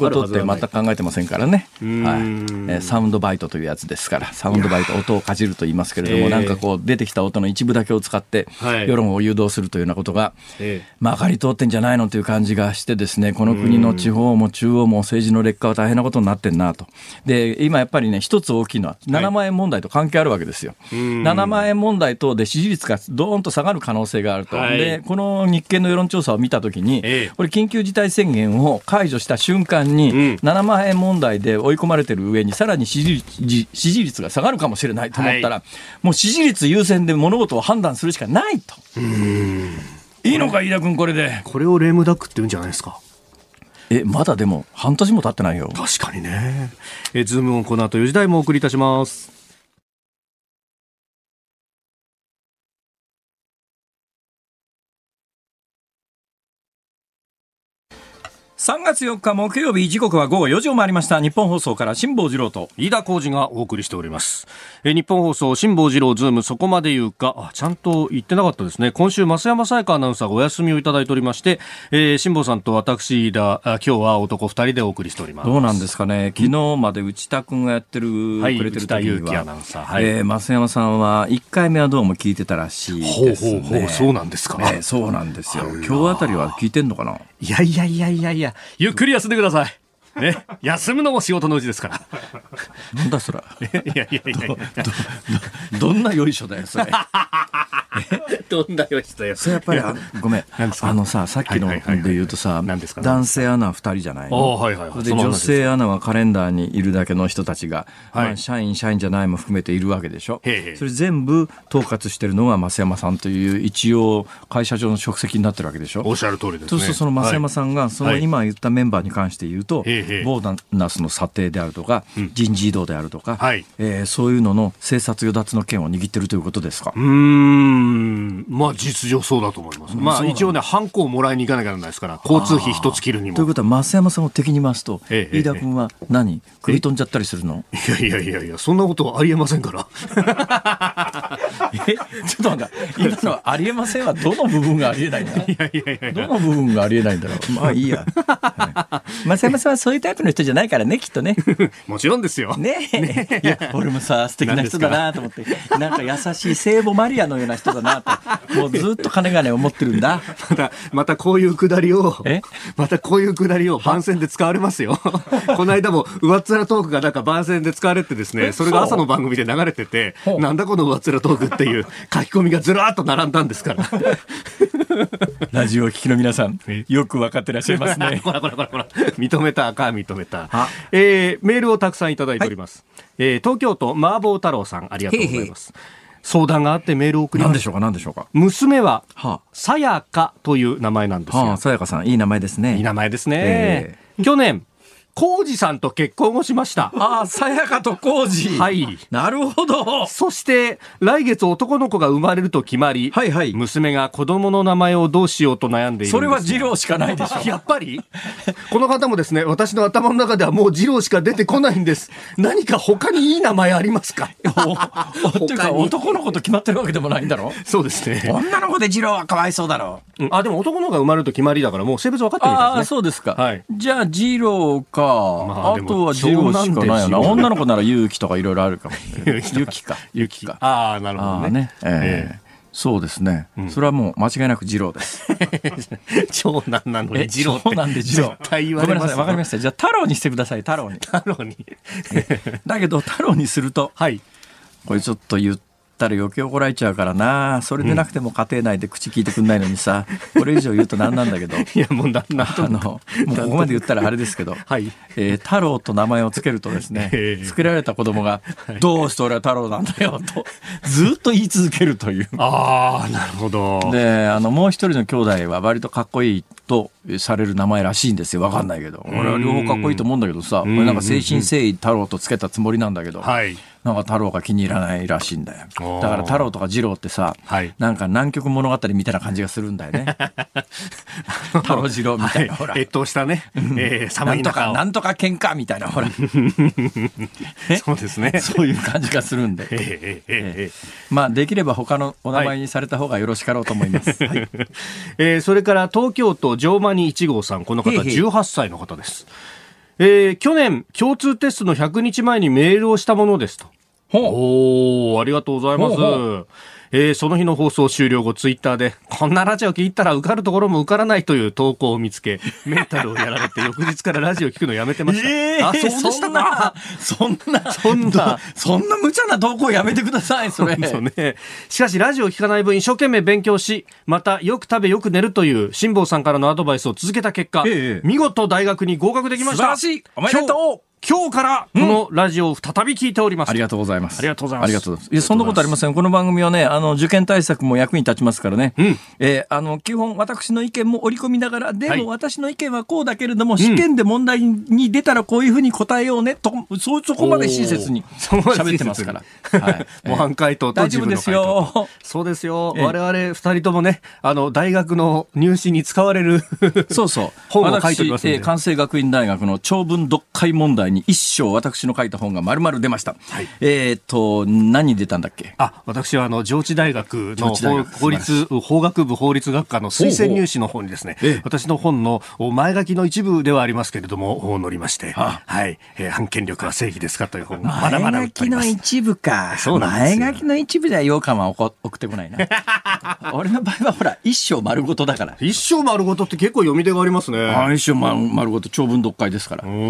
[SPEAKER 2] ことって全く考えてませんからね、はい、えー、サウンドバイトというやつですから、サウンドバイト、音をかじると言いますけれども、なんかこう出てきた音の一部だけを使って世論を誘導するというようなことが、まかり通ってんじゃないのという感じがしてですね、この国の地方も中央も政治の劣化は大変なことになってんなと。で今やっぱりね、一つ大きいのはななまん円問題と関係あるわけですよ。ななまん円問題等で支持率がドーンと下がる可能性があると、はい、でこの日経の世論調査を見たときに、ええ、これ緊急事態宣言を解除した瞬間に、うん、ななまん円問題で追い込まれてる上にさらに支持率、支持率が下がるかもしれないと思ったら、はい、もう支持率優先で物事を判断するしかないと。うーん、いいのか飯田君、これで
[SPEAKER 3] これをレームダックって言うんじゃないですか。
[SPEAKER 2] えまだでも半年も経ってないよ。
[SPEAKER 3] 確かにね。えズームオン、この後よじ台もお送りいたします。
[SPEAKER 2] さんがつよっか木曜日、時刻はごごよじを回りました。日本放送から辛坊治郎と
[SPEAKER 3] 飯田浩司がお送りしております。え日本放送辛坊治郎ズームそこまで言うか、あちゃんと言ってなかったですね。今週増山さやかアナウンサーがお休みをいただいておりまして、えー、辛坊さんと私飯田、今日は男ふたりでお送りしております。
[SPEAKER 2] どうなんですかね。昨日まで内田君がやってる、はい、くれてる時には内田アナウンサー、はい、えー、増山さんはいっかいめはどうも聞いてたらしいですね。
[SPEAKER 3] ほうほうほう、そうなんですか、
[SPEAKER 2] ね、そうなんですよ。今日あたりは聞いてんのかな。
[SPEAKER 3] いやいやいやいやいや、ゆっくり休んでくださいね、休むのも仕事のうちですから。
[SPEAKER 2] なんだそら。
[SPEAKER 3] いやいやいやいや ど,
[SPEAKER 2] ど, どんなよいしょだよそれ。
[SPEAKER 3] どんなよいしょだよ。
[SPEAKER 2] それやっぱりごめん、あのさ、さっきので言うとさ、男性アナふたりじゃないの、はいはいはい、で女性アナはカレンダーにいるだけの人たちが、はい、まあ、社員社員じゃないも含めているわけでしょ。へへ、それ全部統括してるのが増山さんという一応会社上の職責になってるわけでしょ。
[SPEAKER 3] おっしゃる通りですね。
[SPEAKER 2] そうするとその増山さんがその今言ったメンバーに関して言うと、はい、ボーナスの査定であるとか、うん、人事異動であるとか、はい、えー、そういうのの生殺与奪の権を握ってるということですか。
[SPEAKER 3] うーん、まあ実情そうだと思います。まあ一応ね、ハンコをもらいに行かなきゃならないですから、交通費一つ切るにも。
[SPEAKER 2] ということは増山さんを敵に回すと、ええ、飯田君は何、首飛んじゃったりするの。
[SPEAKER 3] いやいやいやいや、そんなことはありえませんから。
[SPEAKER 2] え、ちょっとなんか今のありえませんはどの部分がありえないんだ。いやいやいやいや、どの部分がありえないんだろう。まあいいや、はい、増山さんはそういうタイプの人じゃないからね、きっとね。
[SPEAKER 3] もちろんですよ
[SPEAKER 2] ねえ、ね、いや俺もさ素敵な人だなと思って、なんか優しい聖母マリアのような人だなと、もうずっと金がね思ってるんだ。
[SPEAKER 3] またまたこういうくだりをまたこういうくだりを番宣で使われますよ。この間も上っ面トークがなんか番宣で使われてですね、それが朝の番組で流れてて、なんだこの上っ面トークっていう書き込みがずらーっと並んだんですから。
[SPEAKER 2] ラジオを聞きの皆さん、よく分かってらっしゃいますね。
[SPEAKER 3] こらこらこらこら、認めたか認めた。えー、メールをたくさんいただいております。はい、えー、東京都麻婆太郎さん、ありがとうございます。へーへー、相談があってメールを送りました。
[SPEAKER 2] 何でしょうか何でしょうか。
[SPEAKER 3] 娘はさやかという名前なんですよ。
[SPEAKER 2] さやかさん、いい名前ですね。
[SPEAKER 3] いい名前ですね。えー、去年浩二さんと結婚をしました。
[SPEAKER 2] ああ、さやかと浩二。はい。なるほど。
[SPEAKER 3] そして来月男の子が生まれると決まり、はいはい、娘が子供の名前をどうしようと悩んでいるんです。
[SPEAKER 2] それは二郎しかないでしょ。
[SPEAKER 3] やっぱりこの方もですね、私の頭の中ではもう二郎しか出てこないんです。何か他にいい名前ありますか。
[SPEAKER 2] っていうか男の子と決まってるわけでもないんだろ。
[SPEAKER 3] そうですね。
[SPEAKER 2] 女の子で二郎はかわいそうだろ
[SPEAKER 3] う。うん、あ、でも男の子が生まれると決まりだからもう性別分かってるみたいですね。
[SPEAKER 2] ああ、そうですか。はい、じゃあ二郎か。まあ、あとは二郎しかないよな。女の子なら勇気とかいろいろあるかもしれない。勇気か。
[SPEAKER 3] 勇気か。ああ、なるほどね。ね、
[SPEAKER 2] えーえー、そうですね、うん。それはもう間違いなく二郎です。
[SPEAKER 3] 長男なのに二郎って。
[SPEAKER 2] 長男で二郎。
[SPEAKER 3] 絶対言われます。
[SPEAKER 2] ごめんなさい、わかりました。じゃあ太郎にしてください。太郎に。
[SPEAKER 3] 太郎に。
[SPEAKER 2] だけど太郎にすると、はい、これちょっと言ってたら余計怒られちゃうからな。それでなくても家庭内で口聞いてくんないのにさ、うん、これ以上言うと何なんだけど。い
[SPEAKER 3] やもうなんなんと
[SPEAKER 2] あのもうここまで言ったらあれですけど、はい、えー、太郎と名前をつけるとですね、えー、作られた子供が、はい、どうして俺は太郎なんだよとずっと言い続けるという。
[SPEAKER 3] ああ、なるほど。
[SPEAKER 2] で、あのもう一人の兄弟は割とかっこいいとされる名前らしいんですよ。わかんないけど、俺は両方かっこいいと思うんだけどさ、これなんか誠心誠意太郎とつけたつもりなんだけど、はい、なんか太郎が気に入らないらしいんだよ。だから太郎とか二郎ってさ、はい、なんか南極物語みたいな感じがするんだよね。太郎二郎みたいな、はい、ほら
[SPEAKER 3] 越冬したね、えー、寒い中を
[SPEAKER 2] なんとかなんとか喧嘩みたいな、ほら
[SPEAKER 3] そうですね、
[SPEAKER 2] そういう感じがするんで、えーえーえー、まあできれば他のお名前にされた方がよろしかろうと思います。はい、え
[SPEAKER 3] ー、それから東京都城間にいち号さん、この方じゅうはっさいの方です。 えー、去年共通テストのひゃくにちまえにメールをしたものですと。おー、ありがとうございます。ほうほう、えー、その日の放送終了後ツイッターでこんなラジオ聞いたら受かるところも受からないという投稿を見つけメンタルをやられて翌日からラジオ聞くのやめてました。
[SPEAKER 2] えー、あ、そうでしたか。そんなそんなそんな無茶な投稿やめてください。それ
[SPEAKER 3] そう、ね、しかしラジオを聞かない分一生懸命勉強しまたよく食べよく寝るという辛坊さんからのアドバイスを続けた結果、えー、見事大学に合格できました。
[SPEAKER 2] 素晴らしい。おめでとう。
[SPEAKER 3] 今日からこのラジオを再び聞いております、うん、
[SPEAKER 2] ありがとうございます。
[SPEAKER 3] ありがとうございます。
[SPEAKER 2] ありがとうございます。いや、そんなことありません。この番組はね、あの受験対策も役に立ちますからね、うん、えー、あの基本私の意見も織り込みながらでも私の意見はこうだけれども、はい、試験で問題に出たらこういうふうに答えようねと、うん、そ, そこまで親切に喋ってますから、はい、
[SPEAKER 3] 模範解答と自分の回答。大丈夫ですよ。そうですよ、えー、我々ふたりともね、あの大学の入試に使われる
[SPEAKER 2] そうそう
[SPEAKER 3] 本を書いておりますので、
[SPEAKER 2] 私、えー、関西学院大学の長文読解問題に一章私私の書いた本が丸々出ました、はい、えー、っと何出たんだっけ。
[SPEAKER 3] あ、私はあの上智大学の法律法学部法律学科の推薦入試の方にですね、ほうほう、私の本の前書きの一部ではありますけれども載りまして、はあ、はい、えー、反権力は正義ですかという本がまだまだ売っております。
[SPEAKER 2] 前書きの一部か。そうなんですよ。前書きの一部では羊羹は送ってこないな俺の場合はほら一章丸ごとだから。
[SPEAKER 3] 一章丸ごとって結構読み手がありますね。
[SPEAKER 2] あ、一章丸、丸ごと長文読解ですから、はい、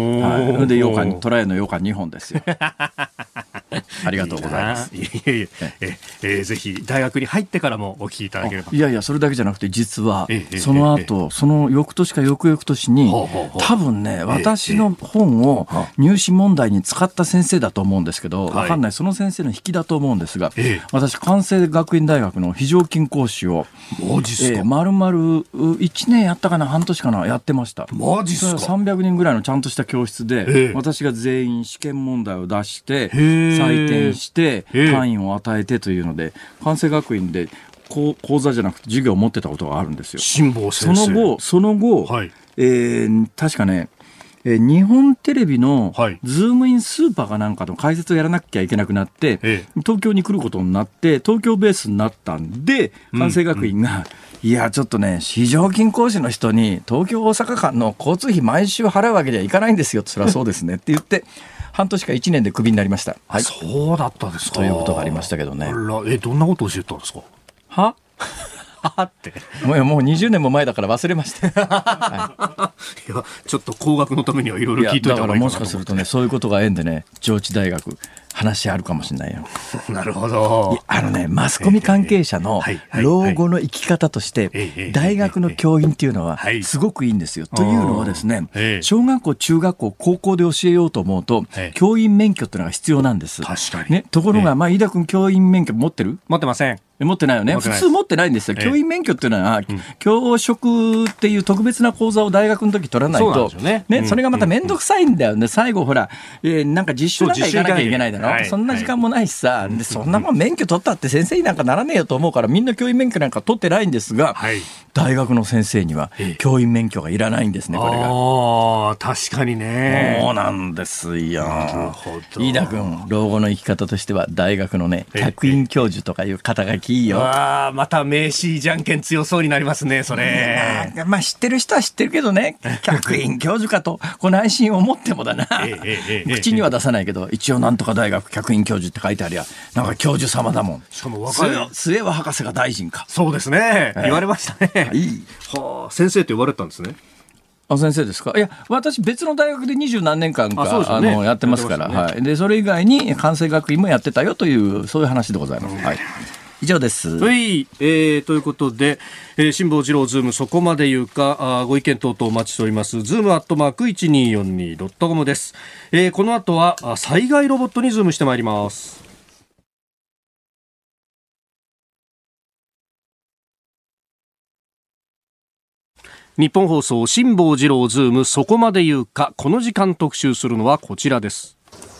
[SPEAKER 2] で羊羹、トライの羊羹にほんですよありがとうございます。
[SPEAKER 3] いえいえええー、ぜひ大学に入ってからもお聞きいただければ。
[SPEAKER 2] いやいや、それだけじゃなくて実はその後、その翌年か翌々年に多分ね、私の本を入試問題に使った先生だと思うんですけど、わかんない、その先生の引きだと思うんですが、私関西学院大学の非常勤講師を丸々いちねんやったかな、半年かな、やってました。
[SPEAKER 3] マジっすか。
[SPEAKER 2] さんびゃくにんぐらいのちゃんとした教室で私が全員試験問題を出して採点して単位を与えてというので、関西学院で講座じゃなくて授業を持ってたことがあるんですよ。
[SPEAKER 3] 辛坊先生。
[SPEAKER 2] その後その後、はい、えー、確かね、えー、日本テレビのズームインスーパーかなんかの解説をやらなきゃいけなくなって、ええ、東京に来ることになって東京ベースになったんで、関西学院が、うんうん、いやちょっとね、非常勤講師の人に東京大阪間の交通費毎週払うわけにはいかないんですよ。そりゃそうですねって言って半年かいちねんでクビになりました。
[SPEAKER 3] はい、そうだったですか。
[SPEAKER 2] ということがありましたけどね。
[SPEAKER 3] あら、え、どんなことを教えたんですか。
[SPEAKER 2] は
[SPEAKER 3] はって
[SPEAKER 2] もう、もうにじゅうねんも前だから忘れました、
[SPEAKER 3] はい、いやちょっと高額のためにはいろいろ聞いといた方がいいかなと思って。だからも
[SPEAKER 2] しかするとね、そういうことが縁でね、上智大学話あるかもしれないよ
[SPEAKER 3] なるほど。
[SPEAKER 2] あのね、マスコミ関係者の老後の生き方として大学の教員っていうのはすごくいいんですよ。というのはですね、小学校中学校高校で教えようと思うと教員免許っていうのが必要なんです。
[SPEAKER 3] 確かに、
[SPEAKER 2] ね、ところが、まあ、飯田君教員免許持ってる？
[SPEAKER 3] 持ってません。
[SPEAKER 2] 持ってないよね。普通持ってないんですよ。教員免許っていうのは、うん、教職っていう特別な講座を大学の時取らないと、そ, ねね、うん、それがまた面倒くさいんだよね。最後ほら、えー、なんか実習なんか行かなきゃいけないだろ。 そ, はい、そんな時間もないしさ、はい、でそんなもん免許取ったって先生になんかならねえよと思うから、みんな教員免許なんか取ってないんですが、はい、大学の先生には教員免許がいらないんですね、これが。
[SPEAKER 3] あ、確かにね。
[SPEAKER 2] そうなんですよ。飯田君、老後の生き方としては大学のね、客員教授とかいう肩書きいいよ。
[SPEAKER 3] あ、また名刺じゃんけん強そうになりますね、それ。
[SPEAKER 2] まあ、まあ、知ってる人は知ってるけどね、客員教授かとこの愛心を持ってもだな口には出さないけど、一応なんとか大学客員教授って書いてありゃ、なんか教授様だもん。
[SPEAKER 3] しかも若い
[SPEAKER 2] 末は博士が大臣か。
[SPEAKER 3] そうですね、言われましたね。いい、はあ、先生って呼ばれたんですね。
[SPEAKER 2] あ、先生ですか。いや、私別の大学で二十何年間か あ, あ、ね、あのやってますから、ね、はい、でそれ以外に関西学院もやってたよという、そういう話でございます、うん、はい、以上です。
[SPEAKER 3] はい、えー、ということで、えー、辛坊治郎ズームそこまで言うか、あ、ご意見等々お待ちしております。ズームアットマーク いちにーよんにードットコム です。えー、この後は災害ロボットにズームしてまいります。日本放送辛坊治郎ズームそこまで言うか。この時間特集するのはこちらです。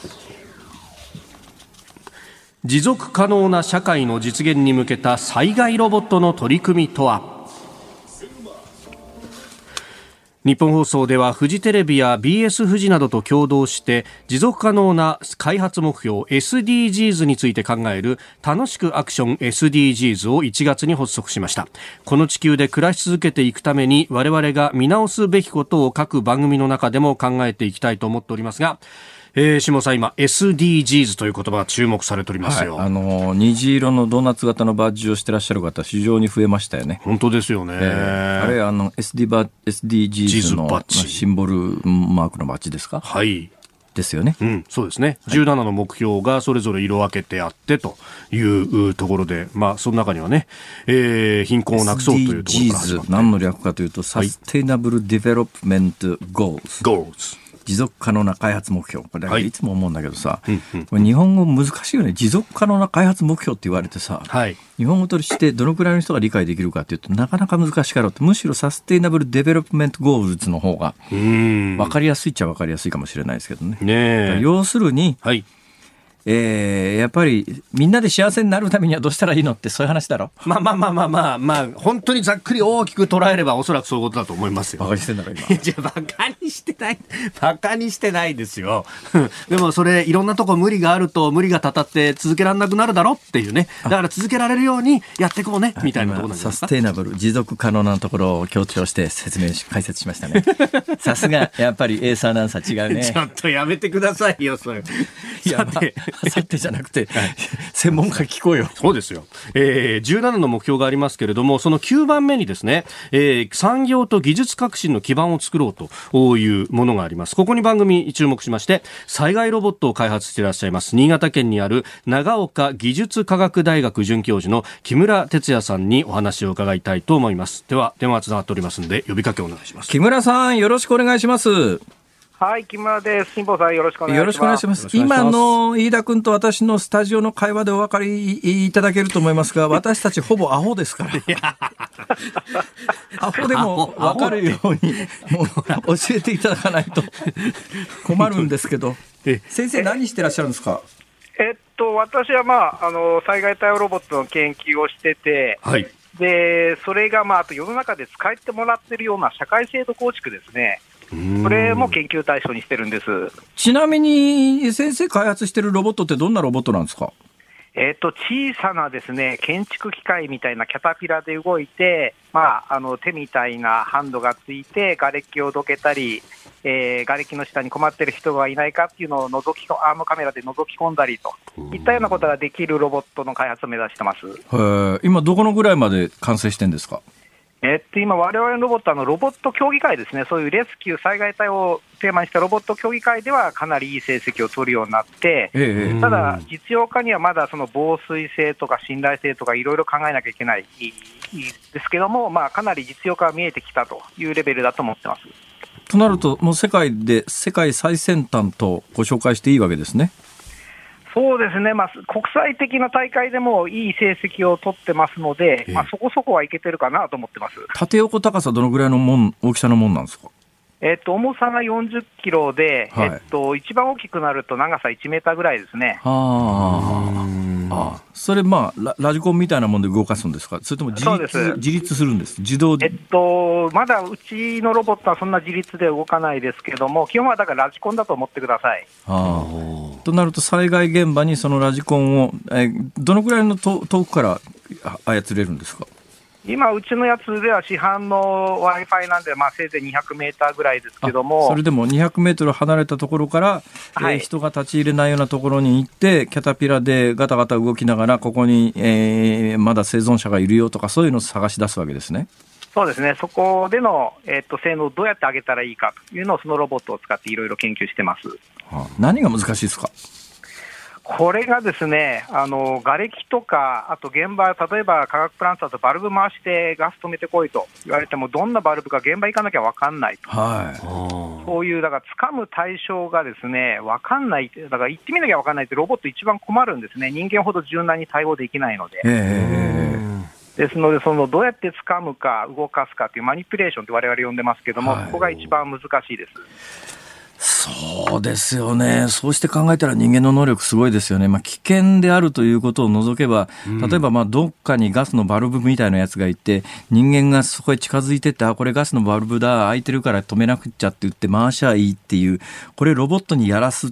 [SPEAKER 3] 持続可能な社会の実現に向けた災害ロボットの取り組みとは。 日本放送ではフジテレビや ビーエス フジなどと共同して持続可能な開発目標 エスディージーズ について考える楽しくアクション エスディージーズ をいちがつに発足しました。この地球で暮らし続けていくために我々が見直すべきことを各番組の中でも考えていきたいと思っておりますが、えー、下さん今 エスディージーズ という言葉が注目されておりますよ、
[SPEAKER 2] はい、あの虹色のドーナツ型のバッジをしてらっしゃる方非常に増えましたよね。
[SPEAKER 3] 本当ですよね、
[SPEAKER 2] えー、あれあの エスディー バ エスディージーズ のバッジシンボルマークのバッジですか。
[SPEAKER 3] はい
[SPEAKER 2] ですよね、
[SPEAKER 3] うん、そうですね、はい、じゅうななの目標がそれぞれ色分けてあってというところで、まあ、その中にはね、えー、貧困をなくそうというところから始まって
[SPEAKER 2] エスディージーズ 何の略かというとサステイナブルディベロップメントゴールズ、
[SPEAKER 3] ゴールズ
[SPEAKER 2] 持続可能な開発目標。これいつも思うんだけどさ、
[SPEAKER 3] はいうんうん、
[SPEAKER 2] これ日本語難しいよね。持続可能な開発目標って言われてさ、
[SPEAKER 3] はい、
[SPEAKER 2] 日本語としてどのくらいの人が理解できるかっていうとなかなか難しかろうと。むしろサステイナブルデベロップメントゴールズの方が分かりやすいっちゃ分かりやすいかもしれないですけどね。
[SPEAKER 3] ね
[SPEAKER 2] 要するに、
[SPEAKER 3] はい
[SPEAKER 2] えー、やっぱりみんなで幸せになるためにはどうしたらいいのってそういう話だろ。
[SPEAKER 3] まあまあまあまあまあまあ本当にざっくり大きく捉えればおそらくそういうことだと思いますよ。
[SPEAKER 2] バカにしてんだろ今。
[SPEAKER 3] じゃバカにしてないバカにしてないですよ。でもそれいろんなとこ無理があると無理がたたって続けられなくなるだろっていうね。だから続けられるようにやっていこうねみたいなところなんじゃないですか。
[SPEAKER 2] サステイナブル持続可能なところを強調して説明し解説しましたね。さすがやっぱりエースアナウンサー違うね。
[SPEAKER 3] ちょっとやめてくださいよそれ。
[SPEAKER 2] いや、さて、まあ、さてじゃなくて、はい、専門家聞こうよ。
[SPEAKER 3] そうですよ、えー、じゅうななの目標がありますけれどもそのきゅうばんめにですね、えー、産業と技術革新の基盤を作ろうというものがあります。ここに番組注目しまして災害ロボットを開発していらっしゃいます新潟県にある長岡技術科学大学准教授の木村哲也さんにお話を伺いたいと思います。では電話つながっておりますので呼びかけお願いします。
[SPEAKER 2] 木村さんよろしくお願いします。
[SPEAKER 4] はい、木村です。辛坊さんよろしくお願いします。
[SPEAKER 2] よろしくお願いします。今の飯田君と私のスタジオの会話でお分かりいただけると思いますが、私たちほぼアホですから。アホでも分かるようにもう教えていただかないと困るんですけど。先生何してらっしゃるんですか？
[SPEAKER 4] えっと私は、まあ、あの災害対応ロボットの研究をしてて、
[SPEAKER 3] はい、で
[SPEAKER 4] それが、まあ、あと世の中で使ってもらってるような社会制度構築ですね。これも研究対象にしてるんです。
[SPEAKER 2] ちなみに先生開発してるロボットってどんなロボットなんですか？
[SPEAKER 4] えっと小さなですね建築機械みたいなキャタピラで動いて、まあ、あの手みたいなハンドがついて瓦礫をどけたり、えー、瓦礫の下に困ってる人がいないかっていうのを覗きアームカメラで覗き込んだりといったようなことができるロボットの開発を目指してます。
[SPEAKER 2] へ今どこのぐらいまで完成してんですか？
[SPEAKER 4] えっと、今、我々のロボットはあのロボット競技会ですね、そういうレスキュー、災害対応をテーマにしたロボット競技会ではかなりいい成績を取るようになって、ええ、ただ、実用化にはまだその防水性とか信頼性とかいろいろ考えなきゃいけないですけども、まあ、かなり実用化が見えてきたというレベルだと思ってます。
[SPEAKER 2] となると、もう世界で世界最先端とご紹介していいわけですね。
[SPEAKER 4] そうですね、まあ、国際的な大会でもいい成績を取ってますので、まあ、そこそこはいけてるかなと思ってます。
[SPEAKER 2] 縦横高さどのぐらいのもん大きさのもんなんですか？
[SPEAKER 4] えっと、重さがよんじゅっキロで、はい、えっと、一番大きくなると長さいちメーターぐらいですね。
[SPEAKER 2] はあ、それ、まあラ、ラジコンみたいなもので動かすんですか？それとも自立、自立するんです自動で、
[SPEAKER 4] えっと、まだうちのロボットはそんな自立で動かないですけども、基本はだからラジコンだと思ってください。
[SPEAKER 2] はあ、となると災害現場にそのラジコンを、えー、どのくらいの遠くから操れるんですか？
[SPEAKER 4] 今うちのやつでは市販の Wi-Fi なんで、まあ、せいぜいにひゃくメーターぐらいですけども、
[SPEAKER 2] それでもにひゃくメートル離れたところから、はい、えー、人が立ち入れないようなところに行ってキャタピラでガタガタ動きながらここに、えー、まだ生存者がいるよとかそういうのを探し出すわけですね。
[SPEAKER 4] そうですね、そこでの、えー、っと性能をどうやって上げたらいいかというのをそのロボットを使っていろいろ研究してます。
[SPEAKER 2] はあ、何が難しいですか？
[SPEAKER 4] これがですね、あの瓦礫とか、あと現場、例えば化学プラントだとバルブ回してガス止めてこいと言われても、どんなバルブか現場行かなきゃ分かんないと、はい、そういう、だから掴む対象がですね、分かんない、だから行ってみなきゃ分かんないって、ロボット一番困るんですね、人間ほど柔軟に対応できないので。えー、ですので、そのどうやって掴むか、動かすかというマニピュレーションって我々呼んでますけども、はい、ここが一番難しいです。
[SPEAKER 2] そうですよね。そうして考えたら人間の能力すごいですよね。まあ、危険であるということを除けば、例えばまあどっかにガスのバルブみたいなやつがいて、人間がそこへ近づいてって、あ、これガスのバルブだ、開いてるから止めなくっちゃって言って回しゃいいっていう、これロボットにやらすって、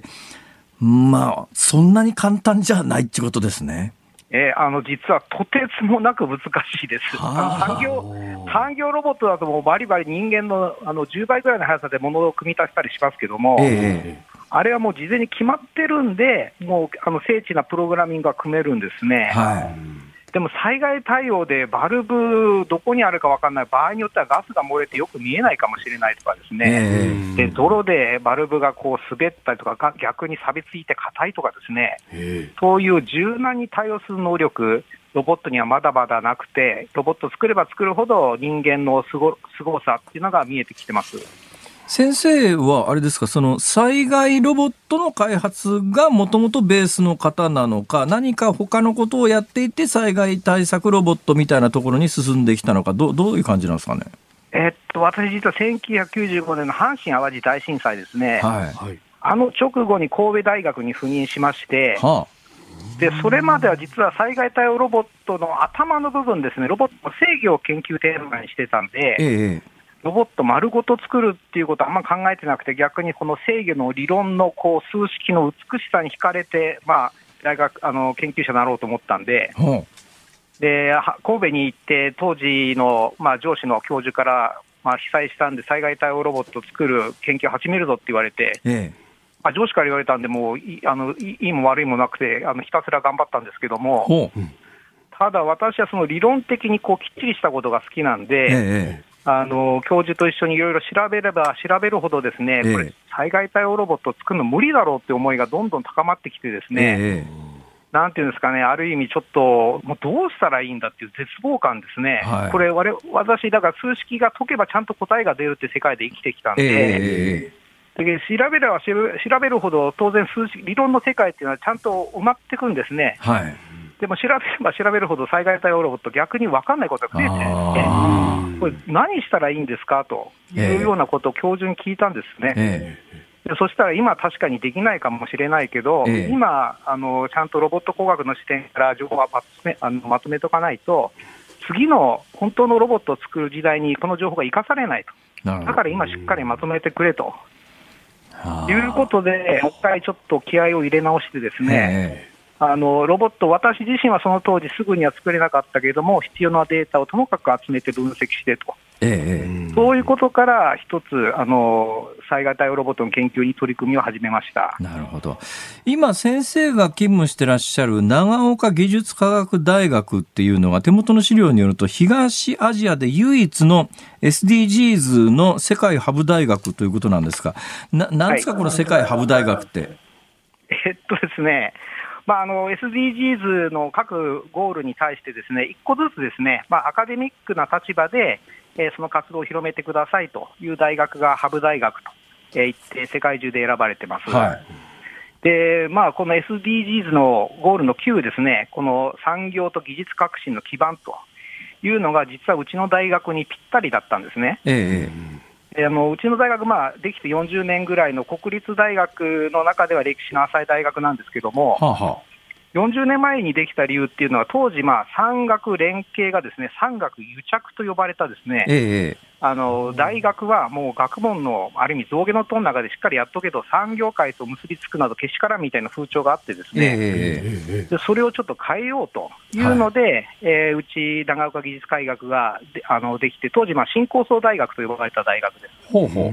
[SPEAKER 2] まあそんなに簡単じゃないってことですね。
[SPEAKER 4] えー、あの実はとてつもなく難しいです。あの産業産業ロボットだともうバリバリ人間 の, あのじゅうばいぐらいの速さで物を組み立てたりしますけども、えー、あれはもう事前に決まってるんで、もうあの精緻なプログラミングが組めるんですね。はい、でも災害対応でバルブどこにあるか分からない、場合によってはガスが漏れてよく見えないかもしれないとかですね、えー、で泥でバルブがこう滑ったりとか逆に錆びついて硬いとかですね、えー、そういう柔軟に対応する能力、ロボットにはまだまだなくて、ロボットを作れば作るほど人間のすご、すごさっていうのが見えてきてます。
[SPEAKER 2] 先生はあれですか、その災害ロボットの開発がもともとベースの方なのか、何か他のことをやっていて災害対策ロボットみたいなところに進んできたのか、 ど, どういう感じなんですかね。
[SPEAKER 4] えっと、私実はせんきゅうひゃくきゅうじゅうごねんの阪神淡路大震災ですね、はい、あの直後に神戸大学に赴任しまして、はあ、でそれまでは実は災害対応ロボットの頭の部分ですね、ロボットの制御を研究テーマにしてたんで、ええ、ロボット丸ごと作るっていうことはあんま考えてなくて、逆にこの制御の理論のこう数式の美しさに惹かれて、まあ、大学あの研究者になろうと思ったんで、うん、で神戸に行って当時の、まあ、上司の教授から、まあ、被災したんで災害対応ロボットを作る研究を始めるぞって言われて、ええ、まあ、上司から言われたんでもういあのいいも悪いもなくてあのひたすら頑張ったんですけども、うん、ただ私はその理論的にこうきっちりしたことが好きなんで、ええ、あの教授と一緒にいろいろ調べれば調べるほどですね、ええ、これ災害対応ロボットを作るの無理だろうって思いがどんどん高まってきてですね、ええ、なんていうんですかね、ある意味ちょっともうどうしたらいいんだっていう絶望感ですね、はい、これ我私だから数式が解けばちゃんと答えが出るって世界で生きてきたんで、ええ、で調べれば調べるほど当然数式理論の世界っていうのはちゃんと埋まっていくんですね、はい、でも調べれば調べるほど災害対応ロボット逆に分かんないことが増えて、これ何したらいいんですかというようなことを教授に聞いたんですね、えー、でそしたら今確かにできないかもしれないけど、えー、今あのちゃんとロボット工学の視点から情報はまとめ、あのまとめとかないと次の本当のロボットを作る時代にこの情報が生かされないと、だから今しっかりまとめてくれということで、もう一回ちょっと気合を入れ直してですね、えーあのロボット、私自身はその当時すぐには作れなかったけれども必要なデータをともかく集めて分析してと、ええ、そういうことから一つあの災害対応ロボットの研究に取り組みを始めました。
[SPEAKER 2] なるほど。今先生が勤務してらっしゃる長岡技術科学大学っていうのが手元の資料によると東アジアで唯一の エスディージーズ の世界ハブ大学ということなんですが、ななんですか、はい、この世界ハブ大学って。
[SPEAKER 4] えっとですねまあ、あの エスディージーズ の各ゴールに対してですね、いっこずつですね、まあ、アカデミックな立場で、えー、その活動を広めてくださいという大学がハブ大学と、えー、言って世界中で選ばれてます。はい、で、まあ、この エスディージーズ のゴールのきゅうですね、この産業と技術革新の基盤というのが実はうちの大学にぴったりだったんですね。ええあのうちの大学、まあ、できてよんじゅうねんぐらいの国立大学の中では歴史の浅い大学なんですけども、はあはあ、よんじゅうねんまえにできた理由っていうのは当時、まあ、産学連携がですね、産学癒着と呼ばれたですね、ええ、あの大学はもう学問のある意味象牙の塔の中でしっかりやっとけど産業界と結びつくなどけしからんみたいな風潮があってですね、ええ、でそれをちょっと変えようというので、はい、えー、うち長岡技術科学が で, あのできて当時、まあ、新高層大学と呼ばれた大学です。ほうほう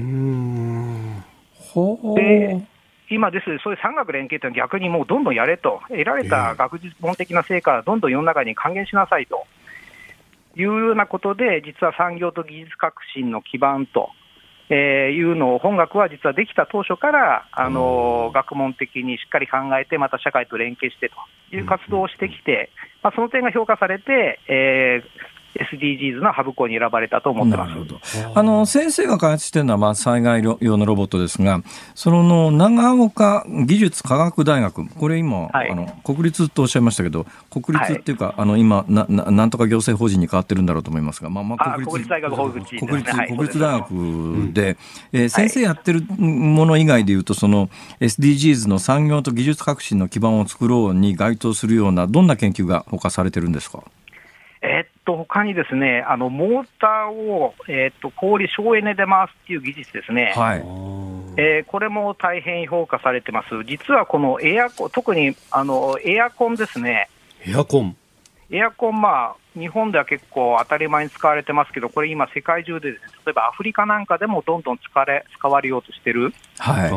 [SPEAKER 4] ほうで今ですね、そういう産学連携というのは逆にもうどんどんやれと、得られた学術本的な成果はどんどん世の中に還元しなさいというようなことで、実は産業と技術革新の基盤と、えー、いうのを本学は実はできた当初からあの学問的にしっかり考えて、また社会と連携してという活動をしてきて、まあ、その点が評価されて、えーエスディージーズ のハブ校に選ばれたと思ってます。
[SPEAKER 2] なるほど。あの先生が開発しているのはまあ災害用のロボットですが、その長岡技術科学大学、これ今、はい、あの国立とおっしゃいましたけど、国立っていうか、はい、あの今 な, な, なんとか行政法人に変わってるんだろうと思いますが、まあまあ国立、
[SPEAKER 4] 国立大学法人ですね、
[SPEAKER 2] 国立、はい、国立大学で、うんえー、先生やってるもの以外でいうと、その エスディージーズ の産業と技術革新の基盤を作ろうに該当するようなどんな研究が他されてるんですか？
[SPEAKER 4] えー、っと他にですね、あのモーターを、えー、っと氷省エネで回すっていう技術ですね、はいえー、これも大変評価されてます。実はこのエアコン、特にあのエアコンですね。
[SPEAKER 3] エアコン
[SPEAKER 4] エアコン、まあ、日本では結構当たり前に使われてますけど、これ今世界中でですね、例えばアフリカなんかでもどんどん使われ、使われようとしてる、はい、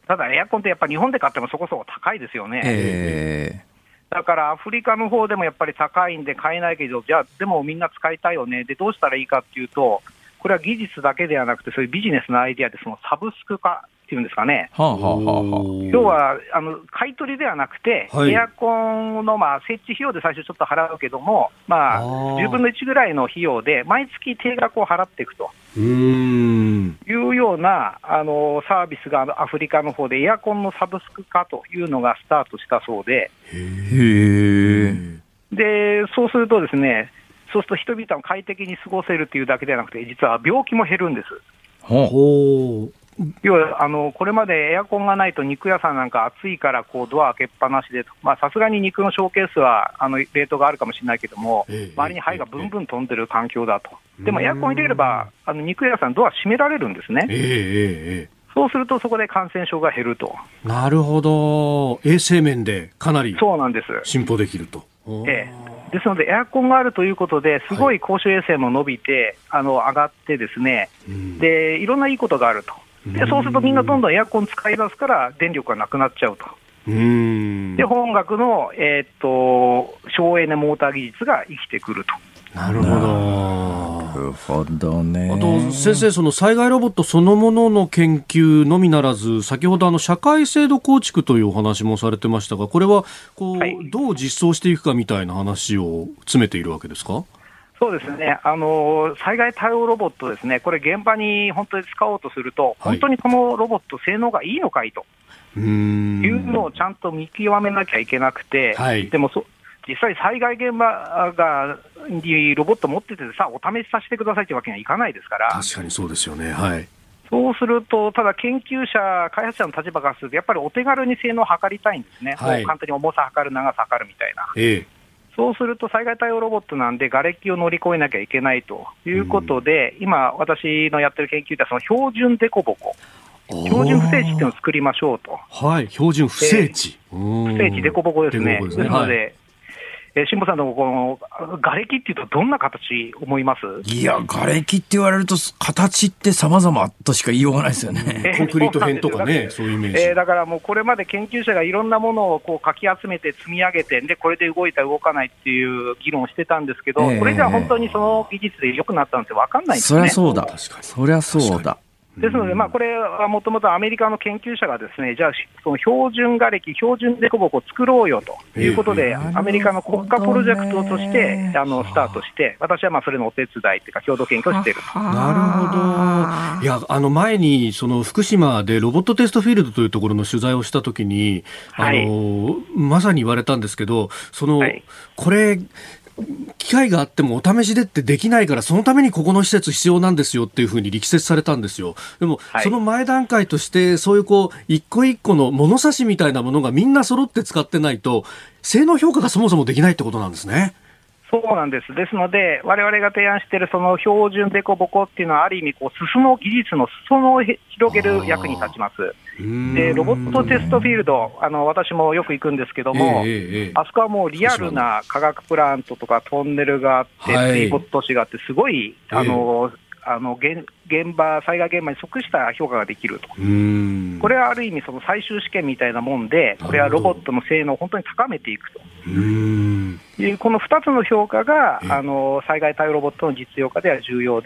[SPEAKER 4] ただエアコンってやっぱり日本で買ってもそこそこ高いですよね、えーだからアフリカの方でもやっぱり高いんで買えないけど、じゃあでもみんな使いたいよね、でどうしたらいいかっていうと、これは技術だけではなくて、そういうビジネスのアイデアで、そのサブスク化っていうんですかね、はあはあはあ、要はあの買い取りではなくて、はい、エアコンのまあ設置費用で最初ちょっと払うけども、まあ、じゅうぶんのいちぐらいの費用で毎月定額を払っていくとうーんいうようなあのサービスがアフリカの方でエアコンのサブスク化というのがスタートしたそうで、へでそうするとですね、そうすると人々は快適に過ごせるというだけではなくて、実は病気も減るんです。ほう要はあのこれまでエアコンがないと肉屋さんなんか暑いからこうドア開けっぱなしで、さすがに肉のショーケースはあの冷凍があるかもしれないけども、えー、周りに灰がブンブン飛んでる環境だと、えー、でもエアコン入れればあの肉屋さんドア閉められるんですね、えーえー、そうするとそこで感染症が減ると。
[SPEAKER 3] なるほど、衛生面でかなり
[SPEAKER 4] そうなんです
[SPEAKER 3] 進歩できると。
[SPEAKER 4] えー、ですのでエアコンがあるということですごい公衆衛生も伸びて、はい、あの上がってですね、うん、でいろんないいことがあると。でそうするとみんなどんどんエアコン使い出すから電力がなくなっちゃうと。うーんで本学の、えー、っと省エネモーター技術が生きてくると。
[SPEAKER 3] なるほど
[SPEAKER 2] なるほどね。
[SPEAKER 3] あと先生、その災害ロボットそのものの研究のみならず、先ほどあの社会制度構築というお話もされてましたが、これはこう、はい、どう実装していくかみたいな話を詰めているわけですか？
[SPEAKER 4] そうですね、あの災害対応ロボットですね、これ現場に本当に使おうとすると、はい、本当にこのロボット性能がいいのかいというのをちゃんと見極めなきゃいけなくて、はい、でもそ実際災害現場がにロボット持っててさお試しさせてくださいというわけにはいかないですから。
[SPEAKER 3] 確かにそうですよね、はい、
[SPEAKER 4] そうするとただ研究者開発者の立場からするとやっぱりお手軽に性能を測りたいんですね、はい、簡単に重さ測る長さ測るみたいな、ええそうすると災害対応ロボットなんで瓦礫を乗り越えなきゃいけないということで、うん、今私のやってる研究ではその標準凸凹、標準不整地っていうのを作りましょうと。
[SPEAKER 3] はい、標準不整地、
[SPEAKER 4] えー、不整地凸凹ですね。ですね、ですので、はいえー、辛坊さんのこの瓦礫っていうとどんな形思います？
[SPEAKER 2] いや瓦礫って言われると形って様々としか言いようがないですよね、
[SPEAKER 3] えー、コンクリート片とかね、そういうイメージ、
[SPEAKER 4] えー、だからもうこれまで研究者がいろんなものをこうかき集めて積み上げてでこれで動いた動かないっていう議論をしてたんですけど、えー、これじゃ本当にその技術で良くなったんって分かんないんですね。
[SPEAKER 2] そりゃそうだ、そりゃそうだ。
[SPEAKER 4] ですので、まあ、これはもともとアメリカの研究者がですね、じゃあその標準瓦礫、標準凸凹を作ろうよということで、えー、アメリカの国家プロジェクトとしてあのスタートして、私はまあそれのお手伝いというか共同研究をしていると。
[SPEAKER 3] なるほど。いや、あの前にその福島でロボットテストフィールドというところの取材をしたときに、あの、はい、まさに言われたんですけど、その、はい、これ機会があってもお試しでってできないから、そのためにここの施設必要なんですよっていうふうに力説されたんですよ。でも、はい、その前段階としてそういうこう一個一個の物差しみたいなものがみんな揃って使ってないと性能評価がそもそもできないってことなんですね。
[SPEAKER 4] そうなんです。ですので我々が提案しているその標準凸凹っていうのはある意味こう裾の技術の裾野を広げる役に立ちます。でロボットテストフィールド、あの私もよく行くんですけども、えーえー、あそこはもうリアルな科学プラントとかトンネルがあって、はい、水没都市があってすごいあの、えーあの 現, 現場災害現場に即した評価ができると。うーんこれはある意味その最終試験みたいなもんで、これはロボットの性能を本当に高めていくと。うーんいうこのふたつの評価があの災害対応ロボットの実用化では重要で、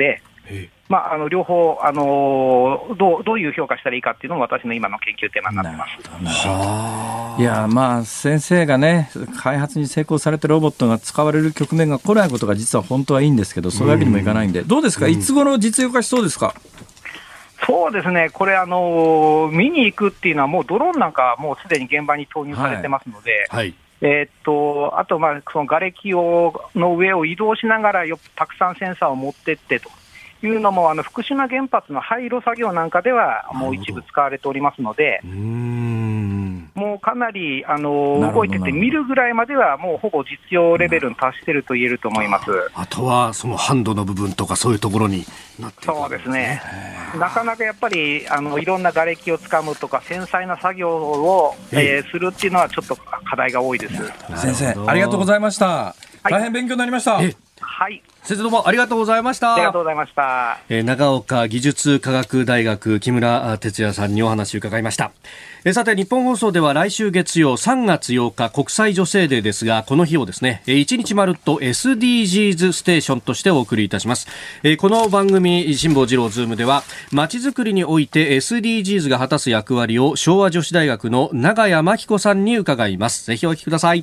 [SPEAKER 4] まあ、あの両方、あのー、どう、どういう評価したらいいかっていうのも私の今の研究テーマになってます。
[SPEAKER 2] いや、まあ、先生がね、開発に成功されてロボットが使われる局面が来ないことが実は本当はいいんですけど、そういうわけにもいかないんで、どうですか、いつ頃実用化しそうですか？
[SPEAKER 4] そうですね、これ、あのー、見に行くっていうのは、もうドローンなんかもうすでに現場に投入されてますので、はいはい、えー、っとあと、まあ、その瓦礫をの上を移動しながらよたくさんセンサーを持ってってというのも、あの福島原発の廃炉作業なんかではもう一部使われておりますので、うーん、もうかなりあの動いてて見るぐらいまではもうほぼ実用レベルに達していると言えると思います。
[SPEAKER 3] あとはそのハンドの部分とかそういうところになっている、ね、
[SPEAKER 4] そうですね。なかなかやっぱりあのいろんな瓦礫をつかむとか繊細な作業を、えー、するっていうのはちょっと課題が多いです。
[SPEAKER 2] 先生ありがとうございました、はい、大変勉強になりました。
[SPEAKER 4] はい、
[SPEAKER 3] 先生どうもありがとうございました。
[SPEAKER 4] ありがとうございました。
[SPEAKER 3] えー、長岡技術科学大学木村哲也さんにお話を伺いました。えー、さて日本放送では来週月曜さんがつようか国際女性デーですが、この日をですねいちにちまるっと エスディージーズ ステーションとしてお送りいたします。えー、この番組辛坊治郎ズームではまちづくりにおいて エスディージーズ が果たす役割を昭和女子大学の長谷真紀子さんに伺います。ぜひお聞きください。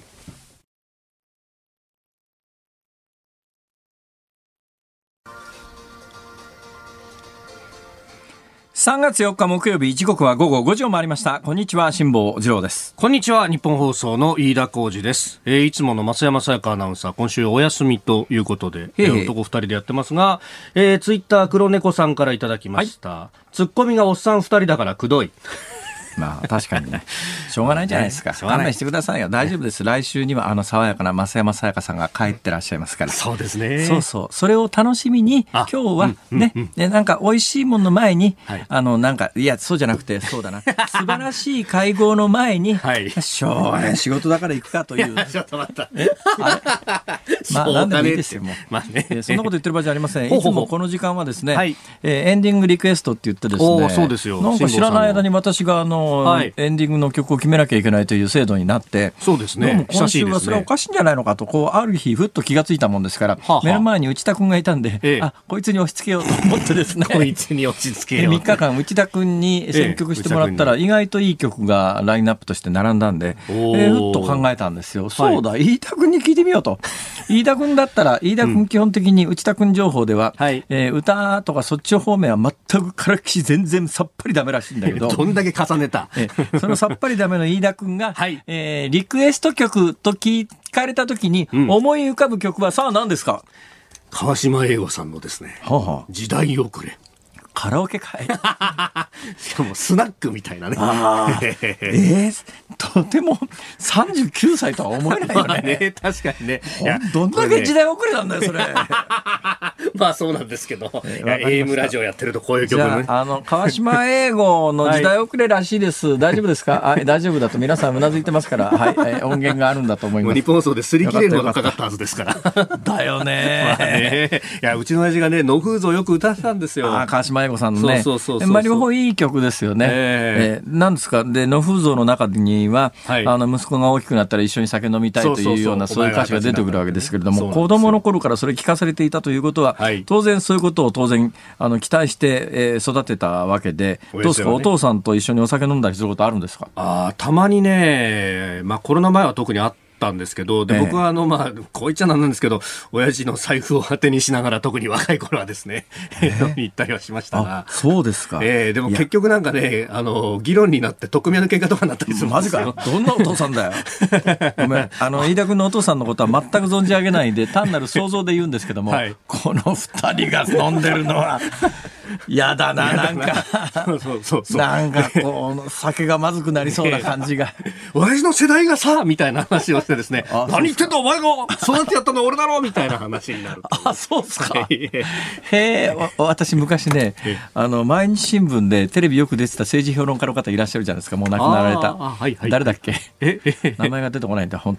[SPEAKER 2] さんがつよっか木曜日、時刻はごごごじを回りました。こんにちは、辛坊治郎です。
[SPEAKER 3] こんにちは、日本放送の飯田浩司です。えー、いつもの増山さやかアナウンサー、今週お休みということで、へー男ふたりでやってますが、えー、ツイッター黒猫さんからいただきました。はい、ツッコミがおっさんふたりだからくどい。
[SPEAKER 2] まあ確かにね、しょうがないじゃないですか。勘弁してくださいよ。大丈夫です。来週にはあの爽やかな増山さやかさんが帰ってらっしゃいますから。
[SPEAKER 3] そうですね。
[SPEAKER 2] そうそう。それを楽しみに今日はね、うんうんうん、なんか美味しいものの前に、はい、あのなんかいやそうじゃなくてそうだな。素晴らしい会合の前に、はい、しょうがない仕事だから行くかという。
[SPEAKER 3] ちょっと待った。
[SPEAKER 2] まあ何でもいいですよもう。まあね、そんなこと言ってる場合じゃありません。いつもこの時間はですね、はい、えー、エンディングリクエストって言ってですね。
[SPEAKER 3] そうですよ。
[SPEAKER 2] なんか知らない間に私があのはい、エンディングの曲を決めなきゃいけないという制度になって、
[SPEAKER 3] そうですね、
[SPEAKER 2] どうも今週はそれはおかしいんじゃないのかと、こうある日ふっと気がついたもんですから、はあはあ、目の前に内田君がいたんで、ええ、あこいつに押し付けようと思ってですね
[SPEAKER 3] こいつに押し付けよう
[SPEAKER 2] みっかかん内田君に選曲してもらったら、ええ、意外といい曲がラインナップとして並んだんで、えー、ふっと考えたんですよ。そうだ、はい、飯田君に聞いてみようと。飯田君だったら飯田君基本的に内田君情報では、うん、えー、歌とかそっち方面は全くからきし全然さっぱりダメらしいんだけど
[SPEAKER 3] どんだけ重ねた、
[SPEAKER 2] えー、そのさっぱりダメの飯田君が、はい、えー、リクエスト曲と聞かれたときに、うん、思い浮かぶ曲はさあ何ですか？
[SPEAKER 3] 川島英吾さんのですね、はあはあ、時代遅れ。
[SPEAKER 2] カラオケ会
[SPEAKER 3] しかもスナックみたいなね。
[SPEAKER 2] あえー、とてもさんじゅうきゅうさいとは思えないよね。まあね、
[SPEAKER 3] 確かにね。
[SPEAKER 2] どんだけ時代遅れなんだよそれ。
[SPEAKER 3] まあそうなんですけど、えー、エーエム ラジオやってるとこういう曲ね。
[SPEAKER 2] あの川島英語の時代遅れらしいです。はい、大丈夫ですか？あ大丈夫だと皆さんうなずいてますから、はい、えー、音源があるんだと思います。
[SPEAKER 3] 日本放送で擦り切れるのがかかったはずですから。
[SPEAKER 2] だよね。
[SPEAKER 3] まあね、いやうちの親父がね野風像よく歌ってたんですよ。
[SPEAKER 2] あ川島英語さんのね。そうそうそうそう。まあ両方いい曲ですよね。えー、えー、なんですか。で野風像の中には、はい、あの息子が大きくなったら一緒に酒飲みたいというようなそういう歌詞が出てくるわけですけれども、子供の頃からそれ聞かされていたということは、はい、当然そういうことを当然あの期待して、えー、育てたわけで、どうですか、お父さんと一緒にお酒飲んだりすることあるんですか？
[SPEAKER 3] あたまにね、まあ、コロナ前は特にあったんですけど、で僕はあの、まあ、こう言っちゃなんなんですけど親父の財布を当てにしながら特に若い頃はですね飲みに行ったりはしましたが。
[SPEAKER 2] そうですか。
[SPEAKER 3] えー、でも結局なんかねあの議論になって匿名の喧嘩とかになったりするんですよ。
[SPEAKER 2] マジか。どんなお父さんだよ。ごめん、あの飯田君のお父さんのことは全く存じ上げないんで単なる想像で言うんですけども、はい、この二人が飲んでるのはやだな、なんかそうそうそうそう、なんかこう酒がまずくなりそうな感じが
[SPEAKER 3] 親父の世代がさみたいな話をしてですね何言ってんだお前がそうやってやったの俺だろみたいな話になる。
[SPEAKER 2] あ、そうですか。へえ、私昔ねあの毎日新聞でテレビよく出てた政治評論家の方いらっしゃるじゃないですか。もう亡くなられた、はいはい、誰だっけ名前が出てこないんだ本当に。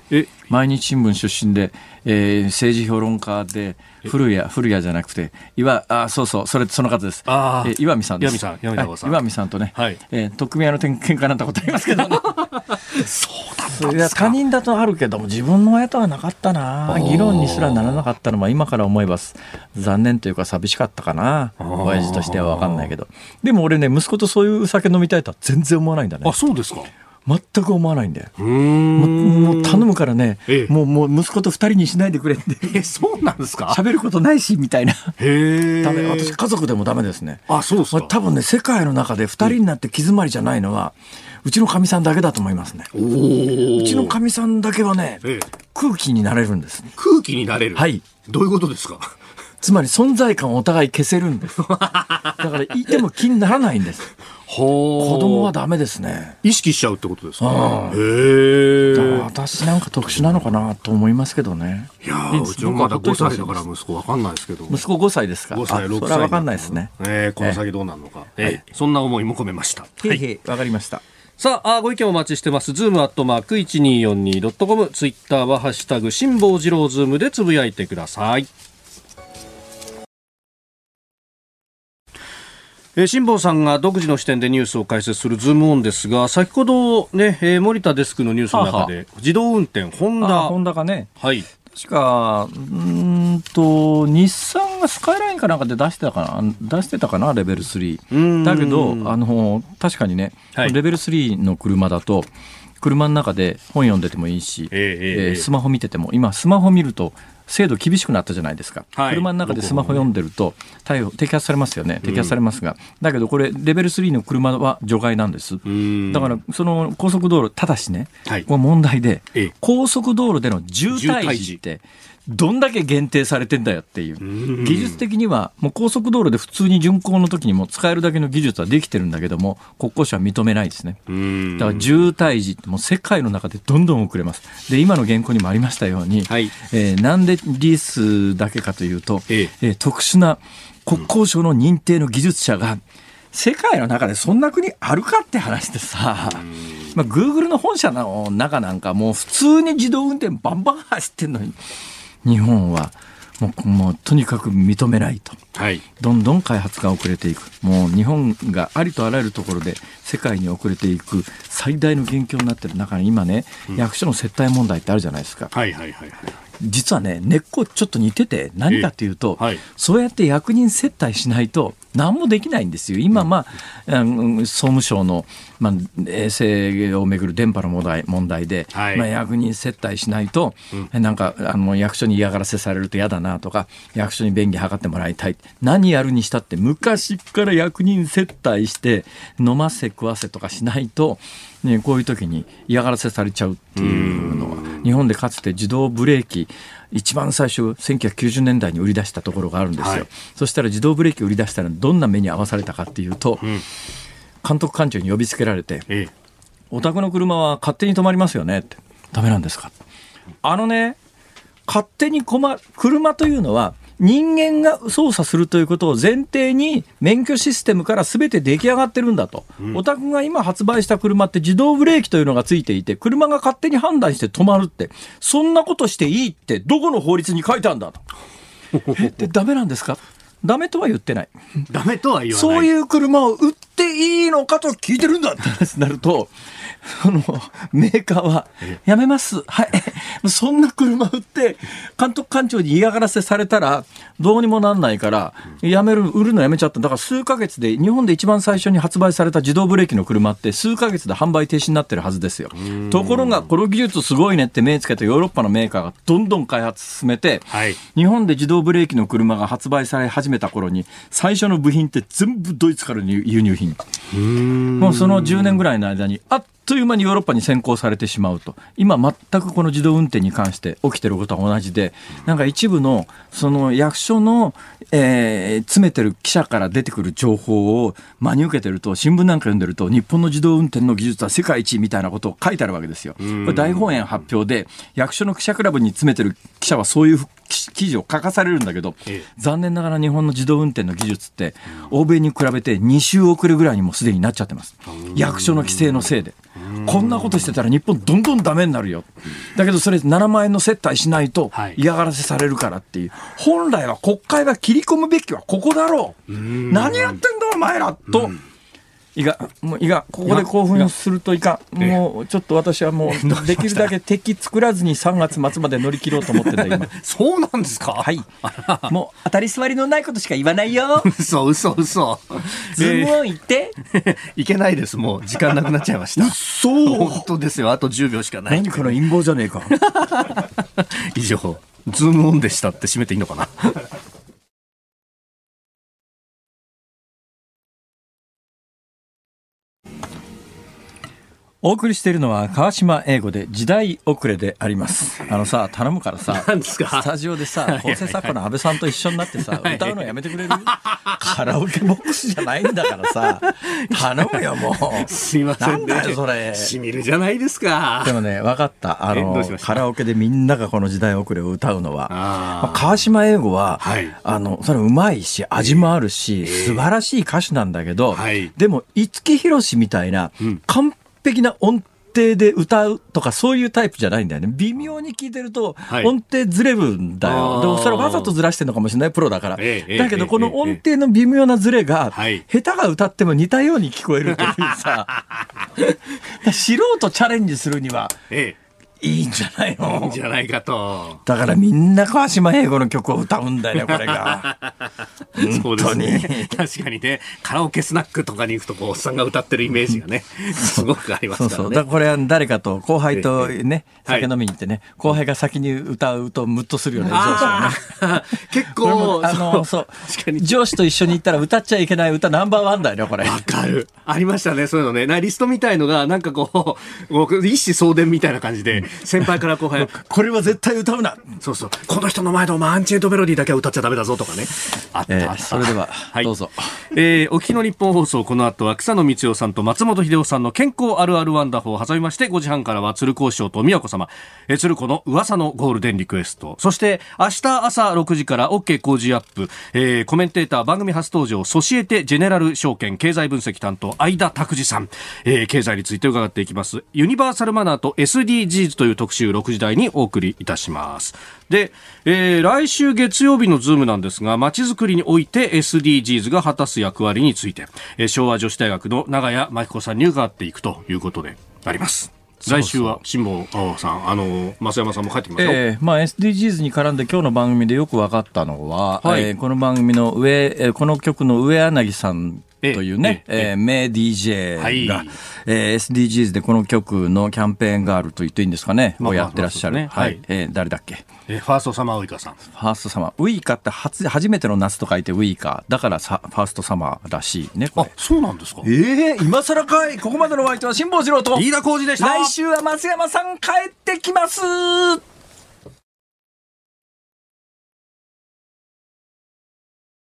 [SPEAKER 2] え毎日新聞出身で、えー、政治評論家で古谷古谷じゃなくて岩あそうそうそれその方です。
[SPEAKER 3] あ、
[SPEAKER 2] えー、岩見さんです。
[SPEAKER 3] 岩見さん、岩見さん、
[SPEAKER 2] はい、岩見さんとね、
[SPEAKER 3] はい、
[SPEAKER 2] えー、取っ組み合いの喧嘩になったことありますけど、ね、
[SPEAKER 3] そうなんですか。
[SPEAKER 2] 他人だとあるけども自分の親とはなかったな。議論にすらならなかったのは今から思えば残念というか寂しかったかな。親父としては分かんないけど、でも俺ね息子とそういう酒飲みたいとは全然思わないんだね。
[SPEAKER 3] あ、そうですか。
[SPEAKER 2] 全く思わないんだよ。
[SPEAKER 3] うーん
[SPEAKER 2] も, もう頼むからね、
[SPEAKER 3] ええ、
[SPEAKER 2] もうもう息子と二人にしないでくれって。
[SPEAKER 3] え、そうなんですか。
[SPEAKER 2] 喋ることないしみたいな。
[SPEAKER 3] へ
[SPEAKER 2] ダメ、私家族でもダメですね。
[SPEAKER 3] あ、そうですか。
[SPEAKER 2] 多分ね世界の中で二人になって気詰まりじゃないのは、うちのかみさんだけだと思いますね。
[SPEAKER 3] おー、
[SPEAKER 2] うちのかみさんだけはね、
[SPEAKER 3] ええ、
[SPEAKER 2] 空気になれるんです、ね、
[SPEAKER 3] 空気になれる。
[SPEAKER 2] はい。
[SPEAKER 3] どういうことですか。
[SPEAKER 2] つまり存在感をお互い消せるんです。だからいても気にならないんです。
[SPEAKER 3] ほ
[SPEAKER 2] 子供はダメですね。
[SPEAKER 3] 意識しちゃうってことですか。
[SPEAKER 2] ああ、
[SPEAKER 3] へー、
[SPEAKER 2] 私なんか特殊なのかなと思いますけどね。
[SPEAKER 3] いやー、うちもまだごさいだから息子わかんないですけど。
[SPEAKER 2] 息子ごさいですか。
[SPEAKER 3] ごさい、ろくさい。
[SPEAKER 2] それはわかんないですね。
[SPEAKER 3] えー、この先どうなるのか、えー
[SPEAKER 2] はい、
[SPEAKER 3] そんな思いも込めました。
[SPEAKER 2] へいへい、わかりました。
[SPEAKER 3] さあ、ご意見お待ちしてます。ズームアットマーク いちにーよんにードットコム、ツイッターはハッシュタグ辛坊治郎ズームでつぶやいてください。えー、辛坊さんが独自の視点でニュースを解説するズームオンですが、先ほどね、えー、森田デスクのニュースの中で
[SPEAKER 2] はは
[SPEAKER 3] 自動運転ホンダ
[SPEAKER 2] ホンダがね、
[SPEAKER 3] はい、
[SPEAKER 2] 確かうーんと日産がスカイラインかなんかで出してたかな出してたかなレベルスリーだけど、あの確かにね、はい、レベルスリーの車だと車の中で本読んでてもいいし、えーえーえー、スマホ見てても、今スマホ見ると精度厳しくなったじゃないですか、はい、車の中でスマホ読んでると逮捕摘発されますよね。摘発されますが、うん、だけどこれレベルスリーの車は除外なんです。だからその高速道路、ただしね、はい、これ問題で、ええ、高速道路での渋滞時ってどんだけ限定されてんだよっていう、技術的にはもう高速道路で普通に巡航の時にも使えるだけの技術はできてるんだけども、国交省は認めないですね。だから渋滞時ってもう世界の中でどんどん遅れます。で今の原稿にもありましたように、はい、えー、なんでリースだけかというと、えええー、特殊な国交省の認定の技術者が世界の中でそんな国あるかって話でさ、まあ、Google の本社の中なんかもう普通に自動運転バンバン走ってんのに、日本はもう、もうとにかく認めないと、はい、どんどん開発が遅れていく。もう日本がありとあらゆるところで世界に遅れていく最大の元凶になっている中に今ね、うん、役所の接待問題ってあるじゃないですか、はいはいはいはい、実はね根っこちょっと似てて、何かというと、はい、そうやって役人接待しないと何もできないんですよ。今、まあ、うん、総務省の、まあ、衛星をめぐる電波の問題、問題で、はい、まあ、役人接待しないと、うん、なんかあの役所に嫌がらせされると嫌だなとか、役所に便宜図ってもらいたい、何やるにしたって昔から役人接待して飲ませ食わせとかしないと、ね、こういう時に嫌がらせされちゃうっていうのは、日本でかつて自動ブレーキ一番最初せんきゅうひゃくきゅうじゅうねんだいに売り出したところがあるんですよ、はい、そしたら自動ブレーキを売り出したらどんな目に遭わされたかっていうと、うん、監督官庁に呼びつけられて、ええ、お宅の車は勝手に止まりますよねって。ダメなんですか。あのね、勝手にこま車というのは人間が操作するということを前提に免許システムから全て出来上がってるんだと、うん、お宅が今発売した車って自動ブレーキというのがついていて、車が勝手に判断して止まるって、そんなことしていいってどこの法律に書いてあるんだとえでダメなんですか。ダメとは言ってない。
[SPEAKER 3] ダメとは言わない。
[SPEAKER 2] そういう車を売っていいのかと聞いてるんだって話になると、そのメーカーはやめます、はい、そんな車売って監督官庁に嫌がらせされたらどうにもなんないからやめる、売るのやめちゃった。だから数ヶ月で日本で一番最初に発売された自動ブレーキの車って数ヶ月で販売停止になってるはずですよ。ところがこの技術すごいねって目つけてヨーロッパのメーカーがどんどん開発進めて、はい、日本で自動ブレーキの車が発売され始めた頃に最初の部品って全部ドイツからの輸入品。うーん、もうそのじゅうねんぐらいの間にあっという間にヨーロッパに先行されてしまうと。今全くこの自動運転に関して起きてることは同じで、なんか一部のその役所の、えー、詰めてる記者から出てくる情報を真に受けてると、新聞なんか読んでると日本の自動運転の技術は世界一みたいなことを書いてあるわけですよ。これ大本営発表で役所の記者クラブに詰めてる記者はそういう記事を書かされるんだけど、ええ、残念ながら日本の自動運転の技術って欧米に比べてに週遅れぐらいにもすでになっちゃってます。役所の規制のせいで。 こんなことしてたら日本どんどんダメになるよ。だけどそれななまんえんの接待しないと嫌がらせされるからっていう、はい、本来は国会は切り込むべきはここだろう。何やってんだお前らと。いがもういがここで興奮するといかん。もうちょっと私はもうできるだけ敵作らずにさんがつ末まで乗り切ろうと思ってんだ今。
[SPEAKER 3] そうなんですか。
[SPEAKER 2] はい。もう当たり障りのないことしか言わないよ。
[SPEAKER 3] 嘘嘘嘘。
[SPEAKER 2] ズームオン言って、
[SPEAKER 3] えー、いけないです。もう時間なくなっちゃいました。
[SPEAKER 2] 嘘。
[SPEAKER 3] 本当ですよ。あとじゅうびょうしかない。
[SPEAKER 2] 何かの陰謀じゃねえか。
[SPEAKER 3] 以上ズームオンでしたって締めていいのかな。
[SPEAKER 2] お送りしているのは川島英語で時代遅れであります。あのさ、頼むからさ、スタジオでさ、構成作家の安倍さんと一緒になってさ、歌うのやめてくれる？カラオケボックスじゃないんだからさ、頼むよもう。
[SPEAKER 3] すいませんね。
[SPEAKER 2] なんだよそれ。
[SPEAKER 3] しみるじゃないですか。
[SPEAKER 2] でもね、分かった。あのカラオケでみんながこの時代遅れを歌うのは、まあ、川島英語は、はい、あのそれうまいし味もあるし、えー、素晴らしい歌手なんだけど、はい、でも五木ひろしみたいな、うん、完璧な音程で歌うとかそういうタイプじゃないんだよね。微妙に聞いてると音程ずれるんだよ、はい、でもそれわざとずらしてるのかもしれない、プロだから、ええ、だけどこの音程の微妙なずれが、ええ、下手が歌っても似たように聞こえるというさ素人チャレンジするには、ええいいんじゃないの？
[SPEAKER 3] いいんじゃないかと。
[SPEAKER 2] だからみんな川島英語の曲を歌うんだよねこれが。本当に。
[SPEAKER 3] そうですね。確かにね、カラオケスナックとかに行くとこうおっさんが歌ってるイメージがねすごくありますからね。
[SPEAKER 2] そうそう。だからこれは誰かと後輩とね、ええ、酒飲みに行ってね、はい、後輩が先に歌うとムッとするよね、上司はね。
[SPEAKER 3] 結構
[SPEAKER 2] あのそう確かに上司と一緒に行ったら歌っちゃいけない歌ナンバーワンだよねこれ。
[SPEAKER 3] わかる。ありましたねそういうのね。なリストみたいのがなんかこう一子相伝みたいな感じで。先輩から後輩
[SPEAKER 2] これは絶対歌うな。
[SPEAKER 3] そうそう。この人の前でお前アンチエイトメロディーだけは歌っちゃダメだぞとかね。あった、
[SPEAKER 2] えー、それでは、はい、どうぞ。
[SPEAKER 3] えー、お聞きの日本放送、この後は草野光代さんと松本秀夫さんの健康あるあるワンダホーを挟みまして、ごじはんからは鶴光師匠と宮子様、えー、鶴子の噂のゴールデンリクエスト、そして明日朝ろくじから OK 工事アップ、えー、コメンテーター番組初登場ソシエテジェネラル証券経済分析担当相田拓司さん、えー、経済について伺っていきます。ユニバーサルマナーと エスディージーズ という特集ろくじ台にお送りいたします。で、えー、来週月曜日のズームなんですが、まちづくりにおいて エスディージーズ が果たす役割について、えー、昭和女子大学の長谷真紀子さんに伺っていくということであります。来週は辛坊さん、あの増山さんも帰ってきますよ。
[SPEAKER 2] えーまあ、エスディージーズ に絡んで今日の番組でよく分かったのは、はい、えー、この番組の上、えー、この曲の上柳さんというね、えええー、名 ディージェー が、はい、えー、エスディージーズ でこの曲のキャンペーンガールと言っていいんですかね、まあ、をやってらっしゃる、ね、はい、えー、誰だっけ、
[SPEAKER 3] えー、ファーストサマーウイカさん。
[SPEAKER 2] ファーストサマーウイカって初初めての夏と書いてウイカだからさファーストサマーらしいね。これ
[SPEAKER 3] あ、そうなんですか。
[SPEAKER 2] えー、今更かい。ここまでのお相手は辛坊治郎と
[SPEAKER 3] 飯田浩司でした。
[SPEAKER 2] 来週は松山さん帰ってきます。